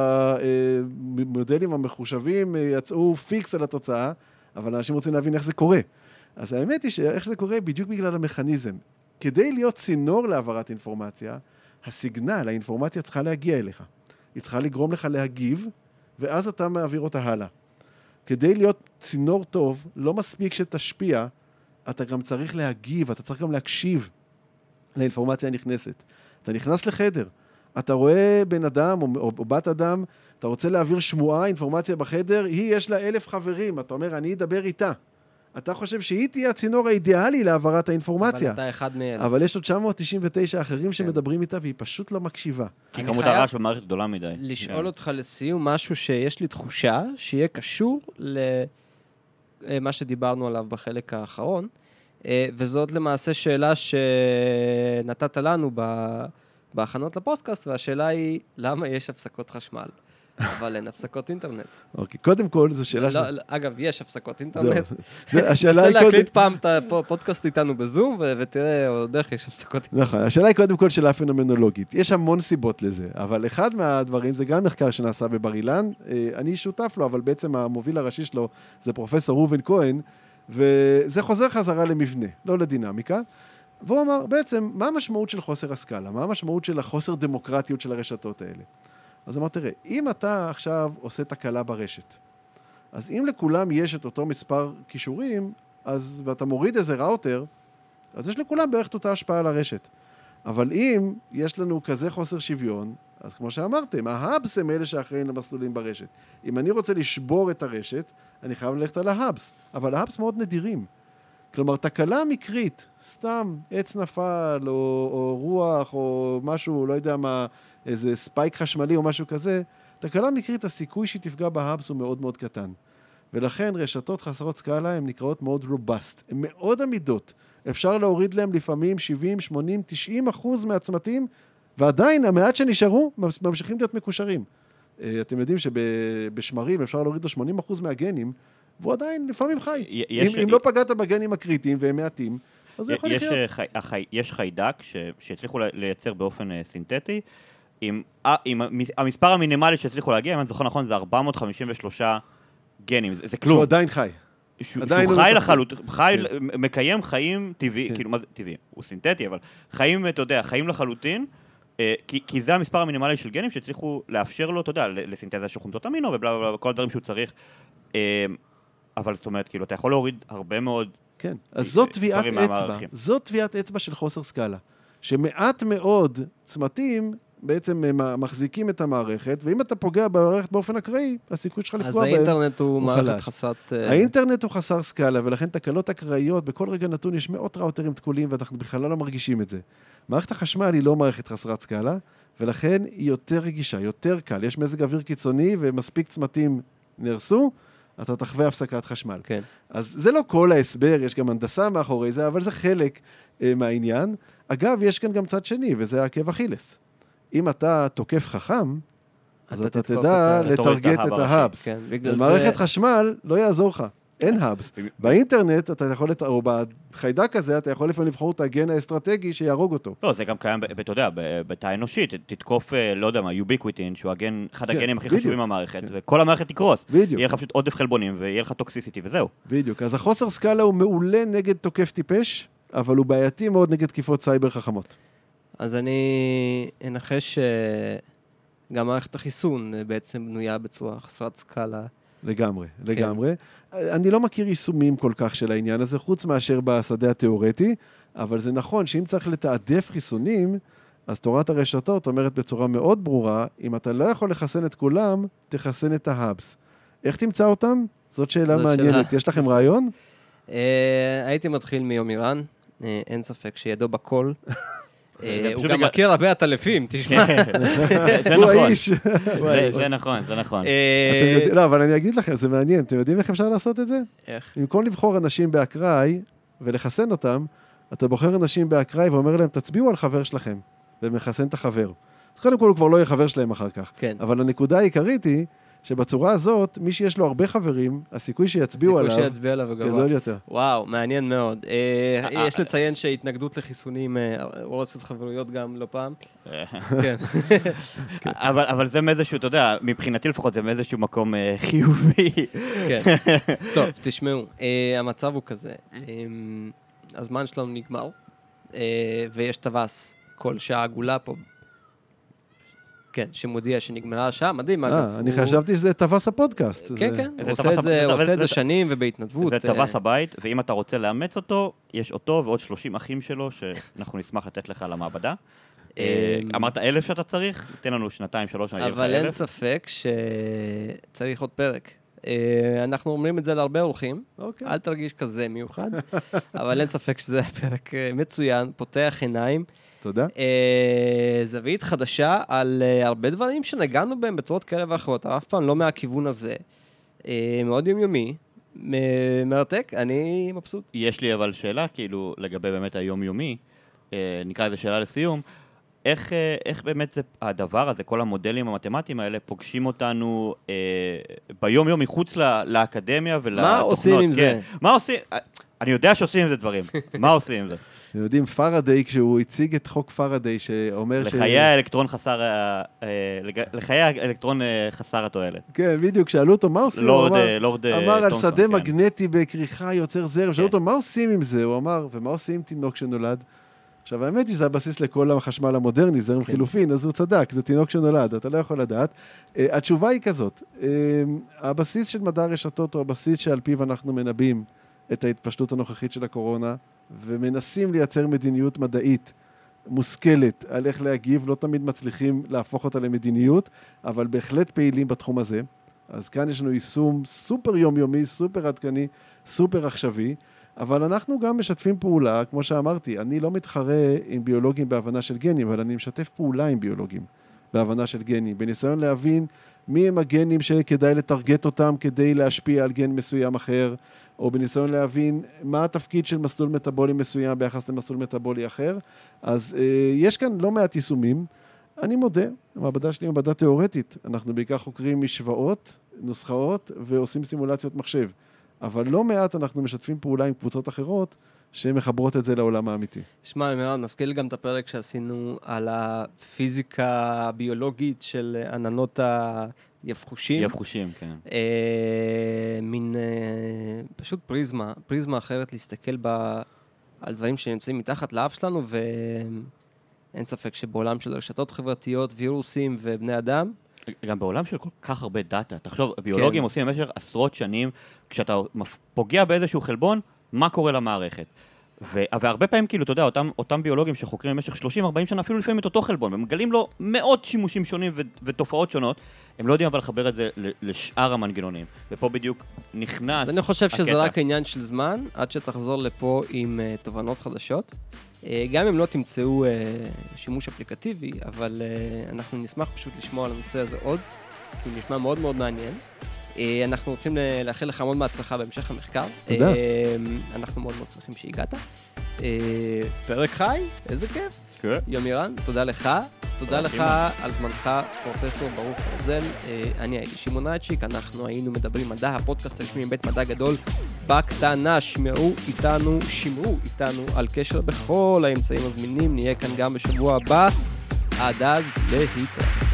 והמודלים המחושבים יצאו פיקס על התוצאה, אבל אנשים רוצים להבין איך זה קורה. אז האמת היא שאיך זה קורה בדיוק בגלל המכניזם. כדי להיות צינור להעברת אינפורמציה, הסיגנל, האינפורמציה צריכה להגיע אליך. היא צריכה לגרום לך להגיב, ואז אתה מעביר אותה הלאה. כדי להיות צינור טוב, לא מספיק שתשפיע, אתה גם צריך להגיב, אתה צריך גם להקשיב לאינפורמציה הנכנסת. אתה נכנס לחדר, אתה רואה בן אדם או, או, או בת אדם, אתה רוצה להעביר שמועה, אינפורמציה בחדר, היא יש לה אלף חברים, אתה אומר, אני אדבר איתה. אתה חושב שהיא תהיה הצינור האידיאלי להעברת האינפורמציה. אבל אתה אחד מאלה. אבל יש עוד תשע מאות תשעים ותשע אחרים שמדברים איתה, והיא פשוט לא מקשיבה. כי כמות הרעש במערכת גדולה מדי. לשאול אותך לסיום משהו שיש לי תחושה שיהיה קשור למה שדיברנו עליו בחלק האחרון, וזאת למעשה שאלה שנתת לנו בהכנות לפודקאסט, והשאלה היא, למה יש הפסקות חשמל? אבל אין הפסקות אינטרנט. אוקיי, קודם כל, זו שאלה... לא, אגב, יש הפסקות אינטרנט. השאלה היא קודם... להקליט פעם את הפודקאסט איתנו בזום, ותראה, עוד איך יש הפסקות אינטרנט. נכון, השאלה היא קודם כל שאלה פנומנולוגית. יש המון סיבות לזה, אבל אחד מהדברים, זה גם מחקר שנעשה בבר אילן, אני שותף לו, אבל בעצם המוביל הראשי שלו זה פרופסור ראובן כהן, וזה חוזר חזרה למבנה, לא לדינמיקה. והוא אמר, בעצם, מה המשמעות של חוסר הסקאלה? מה המשמעות של החוסר דמוקרטיות של הרשתות האלה? אז אמר, תראה, אם אתה עכשיו עושה תקלה ברשת, אז אם לכולם יש את אותו מספר קישורים, אז, ואתה מוריד איזה ראוטר, אז יש לכולם בערך אותה השפעה על הרשת. אבל אם יש לנו כזה חוסר שוויון, אז כמו שאמרתם, ההאבס הם אלה שאחראים למסלולים ברשת. אם אני רוצה לשבור את הרשת, אני חייב ללכת על ההאבס, אבל ההאבס מאוד נדירים. כלומר, תקלה מקרית, סתם עץ נפל, או, או רוח, או משהו, לא יודע מה, איזה ספייק חשמלי או משהו כזה, תקלה מקרית, הסיכוי שהיא תפגע בהאבס הוא מאוד מאוד קטן. ולכן רשתות חסרות סקאלה הן נקראות מאוד רובסט. הן מאוד עמידות. אפשר להוריד להם לפעמים שבעים, שמונים, תשעים אחוז מהצמתים, ועדיין המעט שנשארו ממשיכים להיות מקושרים. אתם יודעים שבשמרים אפשר להוריד לו שמונים אחוז מהגנים, והוא עדיין לפעמים חי. יש, אם, אם לא פגעת בגנים הקריטיים והם מעטים, אז הוא יכול יש, לחיות. חי, החי, יש חיידק ש, שהצליחו לייצר באופן סינתטי, עם, עם המספר המינימלי שהצליחו להגיע, אם אני זוכר נכון, זה ארבע מאות חמישים ושלושה גנים, זה, זה כלום. שהוא עדיין חי. שהוא, שהוא חי לחלוטין, חי, כן. מקיים חיים טבעי, כן. כאילו מה זה טבעי? הוא סינתטי, אבל חיים, אתה יודע, חיים לחלוטין, כי, כי זה המספר המינימלי של גנים שהצליחו לאפשר לו, אתה יודע, לסינתזה של חומצות אמינו ובלה בלה, כל הדברים שהוא צריך. אבל זאת אומרת, כאילו, אתה יכול להוריד הרבה מאוד... כן, אז זאת תביעת אצבע, זאת תביעת אצבע של חוסר סקאלה, שמעט מאוד צמתים בעצם מחזיקים את המערכת, ואם אתה פוגע במערכת באופן אקראי, הסיכוי שלך לפגוע בהם... אז האינטרנט הוא מערכת חסרת... האינטרנט הוא חסר סקאלה, ולכן תקלות אקראיות, בכל רגע נתון יש מאות ראוטרים תקולים, ואנחנו בכלל לא מרגישים את זה. מערכת החשמל היא לא מערכת חסרת סקאלה, ולכן היא יותר רגישה, יותר קל. יש מזג אוויר קיצוני, ומספיק צמתים נרסו, אתה תחווה הפסקת חשמל. כן. אז זה לא כל ההסבר, יש גם הנדסה מאחורי זה, אבל זה חלק אה, מהעניין. אגב, יש כאן גם צד שני, וזה עקב אכילס. אם אתה תוקף חכם, אז אתה תדע לטרגט את ההאבס. כן, במערכת חשמל לא יעזור לך, אין האבס. באינטרנט, אתה יכול, או בחיידק הזה, אתה יכול לפעמים לבחור את הגן האסטרטגי שיהרוג אותו. לא, זה גם קיים, אתה יודע, בתא אנושית, תתקוף, לא יודע מה, יוביקוויטין, שהוא אחד הגנים הכי חשובים במערכת, וכל המערכת תקרוס. בדיוק. יהיה לך פשוט עודף חלבונים, ויהיה לך טוקסיסיטי, וזהו. בדיוק. אז החוסר סקאלה הוא מעולה נגד תוקף טיפש, אבל הוא בעייתי מאוד נגד תקיפות סייבר חכמות. אז אני אנחש שגם מערכת החיסון בעצם בנויה בצורה חסרת סקאלה. לגמרי, לגמרי. אני לא מכיר יישומים כל כך של העניין הזה, חוץ מאשר בשדה התיאורטי, אבל זה נכון שאם צריך לתעדף חיסונים, אז תורת הרשתות אומרת בצורה מאוד ברורה, אם אתה לא יכול לחסן את כולם, תחסן את ההאבס. איך תמצא אותם? זאת שאלה מעניינת. יש לכם רעיון? הייתי מתחיל מיום איראן, אין ספק שידו בכל. הוא גם מכיר הרבה עטלפים, תשמע. זה נכון. זה נכון, זה נכון. לא, אבל אני אגיד לכם, זה מעניין. אתם יודעים איך אפשר לעשות את זה? איך? במקום לבחור אנשים באקראי ולחסן אותם, אתה בוחר אנשים באקראי ואומר להם, תצביעו על חבר שלכם, ומחסן את החבר. אז קודם כל הוא כבר לא יהיה חבר שלהם אחר כך. כן. אבל הנקודה העיקרית היא, שבצורה הזאת, מי שיש לו הרבה חברים, הסיכוי שיצביעו עליו, הסיכוי שיצביע עליו גדול יותר. וואו, מעניין מאוד. יש לציין שהתנגדות לחיסונים, רוצת חברויות גם לא פעם. כן. אבל זה מאיזשהו, אתה יודע, מבחינתי לפחות זה מאיזשהו מקום חיובי. כן. טוב, תשמעו, המצב הוא כזה. הזמן שלנו נגמר, ויש טווס כל שעה עגולה פה. כן, שמודיע שנגמרה השעה, מדהים. אה, אני חשבתי שזה טווס הפודקאסט. כן, כן, הוא עושה את זה שנים ובהתנדבות. זה טווס הבית, ואם אתה רוצה לאמץ אותו, יש אותו ועוד שלושים אחים שלו, שאנחנו נשמח לתת לך למעבדה. אמרת אלף שאתה צריך? תן לנו שנתיים, שלוש, אבל אין ספק שצריך עוד פרק. אה, אנחנו אומרים את זה להרבה אורחים, אוקיי. אל תרגיש כזה מיוחד, אבל אין ספק שזה היה פרק אה, מצוין, פותח עיניים. תודה. אה, זווית חדשה על אה, הרבה דברים שנגענו בהם בצורות כאלה ואחרות, אף פעם לא מהכיוון הזה. אה, מאוד יומיומי, מ- מרתק, אני מבסוט. יש לי אבל שאלה, כאילו, לגבי באמת היומיומי, אה, נקרא לזה שאלה לסיום, איך, אה, איך באמת זה, הדבר הזה, כל המודלים המתמטיים האלה, פוגשים אותנו אה, ביום-יום מחוץ ל, לאקדמיה ולתוכנות? מה עושים עם כן. זה? מה עושים? אני יודע שעושים עם זה דברים. מה עושים עם זה? אתם יודעים, פרדיי, כשהוא הציג את חוק פרדיי, שאומר ש... לחיי האלקטרון חסר, אה, אה, לג- לחיי האלקטרון אה, חסר התועלת. כן, בדיוק, שאלו אותו מה עושים, הוא לורד, אמר, אה, לורד אה, אמר על תומסון, שדה כן. מגנטי בכריכה יוצר זרם, שאלו כן. אותו מה עושים עם זה, הוא אמר, ומה עושים עם תינוק שנולד? עכשיו, האמת היא שזה הבסיס לכל החשמל המודרני, זרם כן. חילופין, אז הוא צדק, זה תינוק שנולד, אתה לא יכול לדעת. Uh, התשובה היא כזאת, uh, הבסיס של מדע הרשתות הוא הבסיס שעל פיו אנחנו מנבאים את ההתפשטות הנוכחית של הקורונה, ומנסים לייצר מדיניות מדעית מושכלת על איך להגיב, לא תמיד מצליחים להפוך אותה למדיניות, אבל בהחלט פעילים בתחום הזה. אז כאן יש לנו יישום סופר יומיומי, סופר עדכני, סופר עכשווי, אבל אנחנו גם משתפים פעולה, כמו שאמרתי, אני לא מתחרה עם ביולוגים בהבנה של גנים, אבל אני משתף פעולה עם ביולוגים בהבנה של גנים, בניסיון להבין מי הם הגנים שכדאי לטרגט אותם כדי להשפיע על גן מסוים אחר, או בניסיון להבין מה התפקיד של מסלול מטאבולי מסוים ביחס למסלול מטאבולי אחר. אז אה, יש כאן לא מעט יישומים. אני מודה, המעבדה שלי היא מעבדה תיאורטית. אנחנו בעיקר חוקרים משוואות, נוסחאות, ועושים סימולציות מחשב. אבל לא מעט אנחנו משתפים פעולה עם קבוצות אחרות, שמחברות את זה לעולם האמיתי. שמע, מירן, מזכיר גם את הפרק שעשינו על הפיזיקה הביולוגית של עננות היבחושים. יבחושים, כן. אה, מין אה, פשוט פריזמה, פריזמה אחרת להסתכל בה על דברים שנמצאים מתחת לאף שלנו, ואין ספק שבעולם של רשתות חברתיות, וירוסים ובני אדם, גם בעולם של כל כך הרבה דאטה, תחשוב, ביולוגים כן. עושים במשך עשרות שנים, כשאתה פוגע באיזשהו חלבון, מה קורה למערכת? ו- והרבה פעמים, כאילו, אתה יודע, אותם, אותם ביולוגים שחוקרים במשך שלושים ארבעים שנה, אפילו לפעמים את אותו חלבון, ומגלים לו מאות שימושים שונים ו- ותופעות שונות, הם לא יודעים אבל לחבר את זה ל- לשאר המנגנונים. ופה בדיוק נכנס... אז אני חושב שזה הקטע. רק העניין של זמן, עד שתחזור לפה עם uh, תובנות חדשות. Uh, גם אם לא תמצאו uh, שימוש אפליקטיבי, אבל uh, אנחנו נשמח פשוט לשמוע על הנושא הזה עוד, כי הוא נשמע מאוד מאוד מעניין. Uh, אנחנו רוצים לאחל לך מאוד מהצלחה בהמשך המחקר. תודה. Uh, אנחנו מאוד מאוד שמחים שהגעת. Uh, פרק חי, איזה כיף. כן. יומירן, תודה לך. תודה לך אימא. על זמנך, פרופסור ברוך ארזל. אני הייתי שמעון אייצ'יק, אנחנו היינו מדברים מדע, הפודקאסט הרשמי עם בית מדע גדול בקטנה. שמעו איתנו, שמעו איתנו על קשר בכל האמצעים הזמינים. נהיה כאן גם בשבוע הבא. עד אז, להתראות.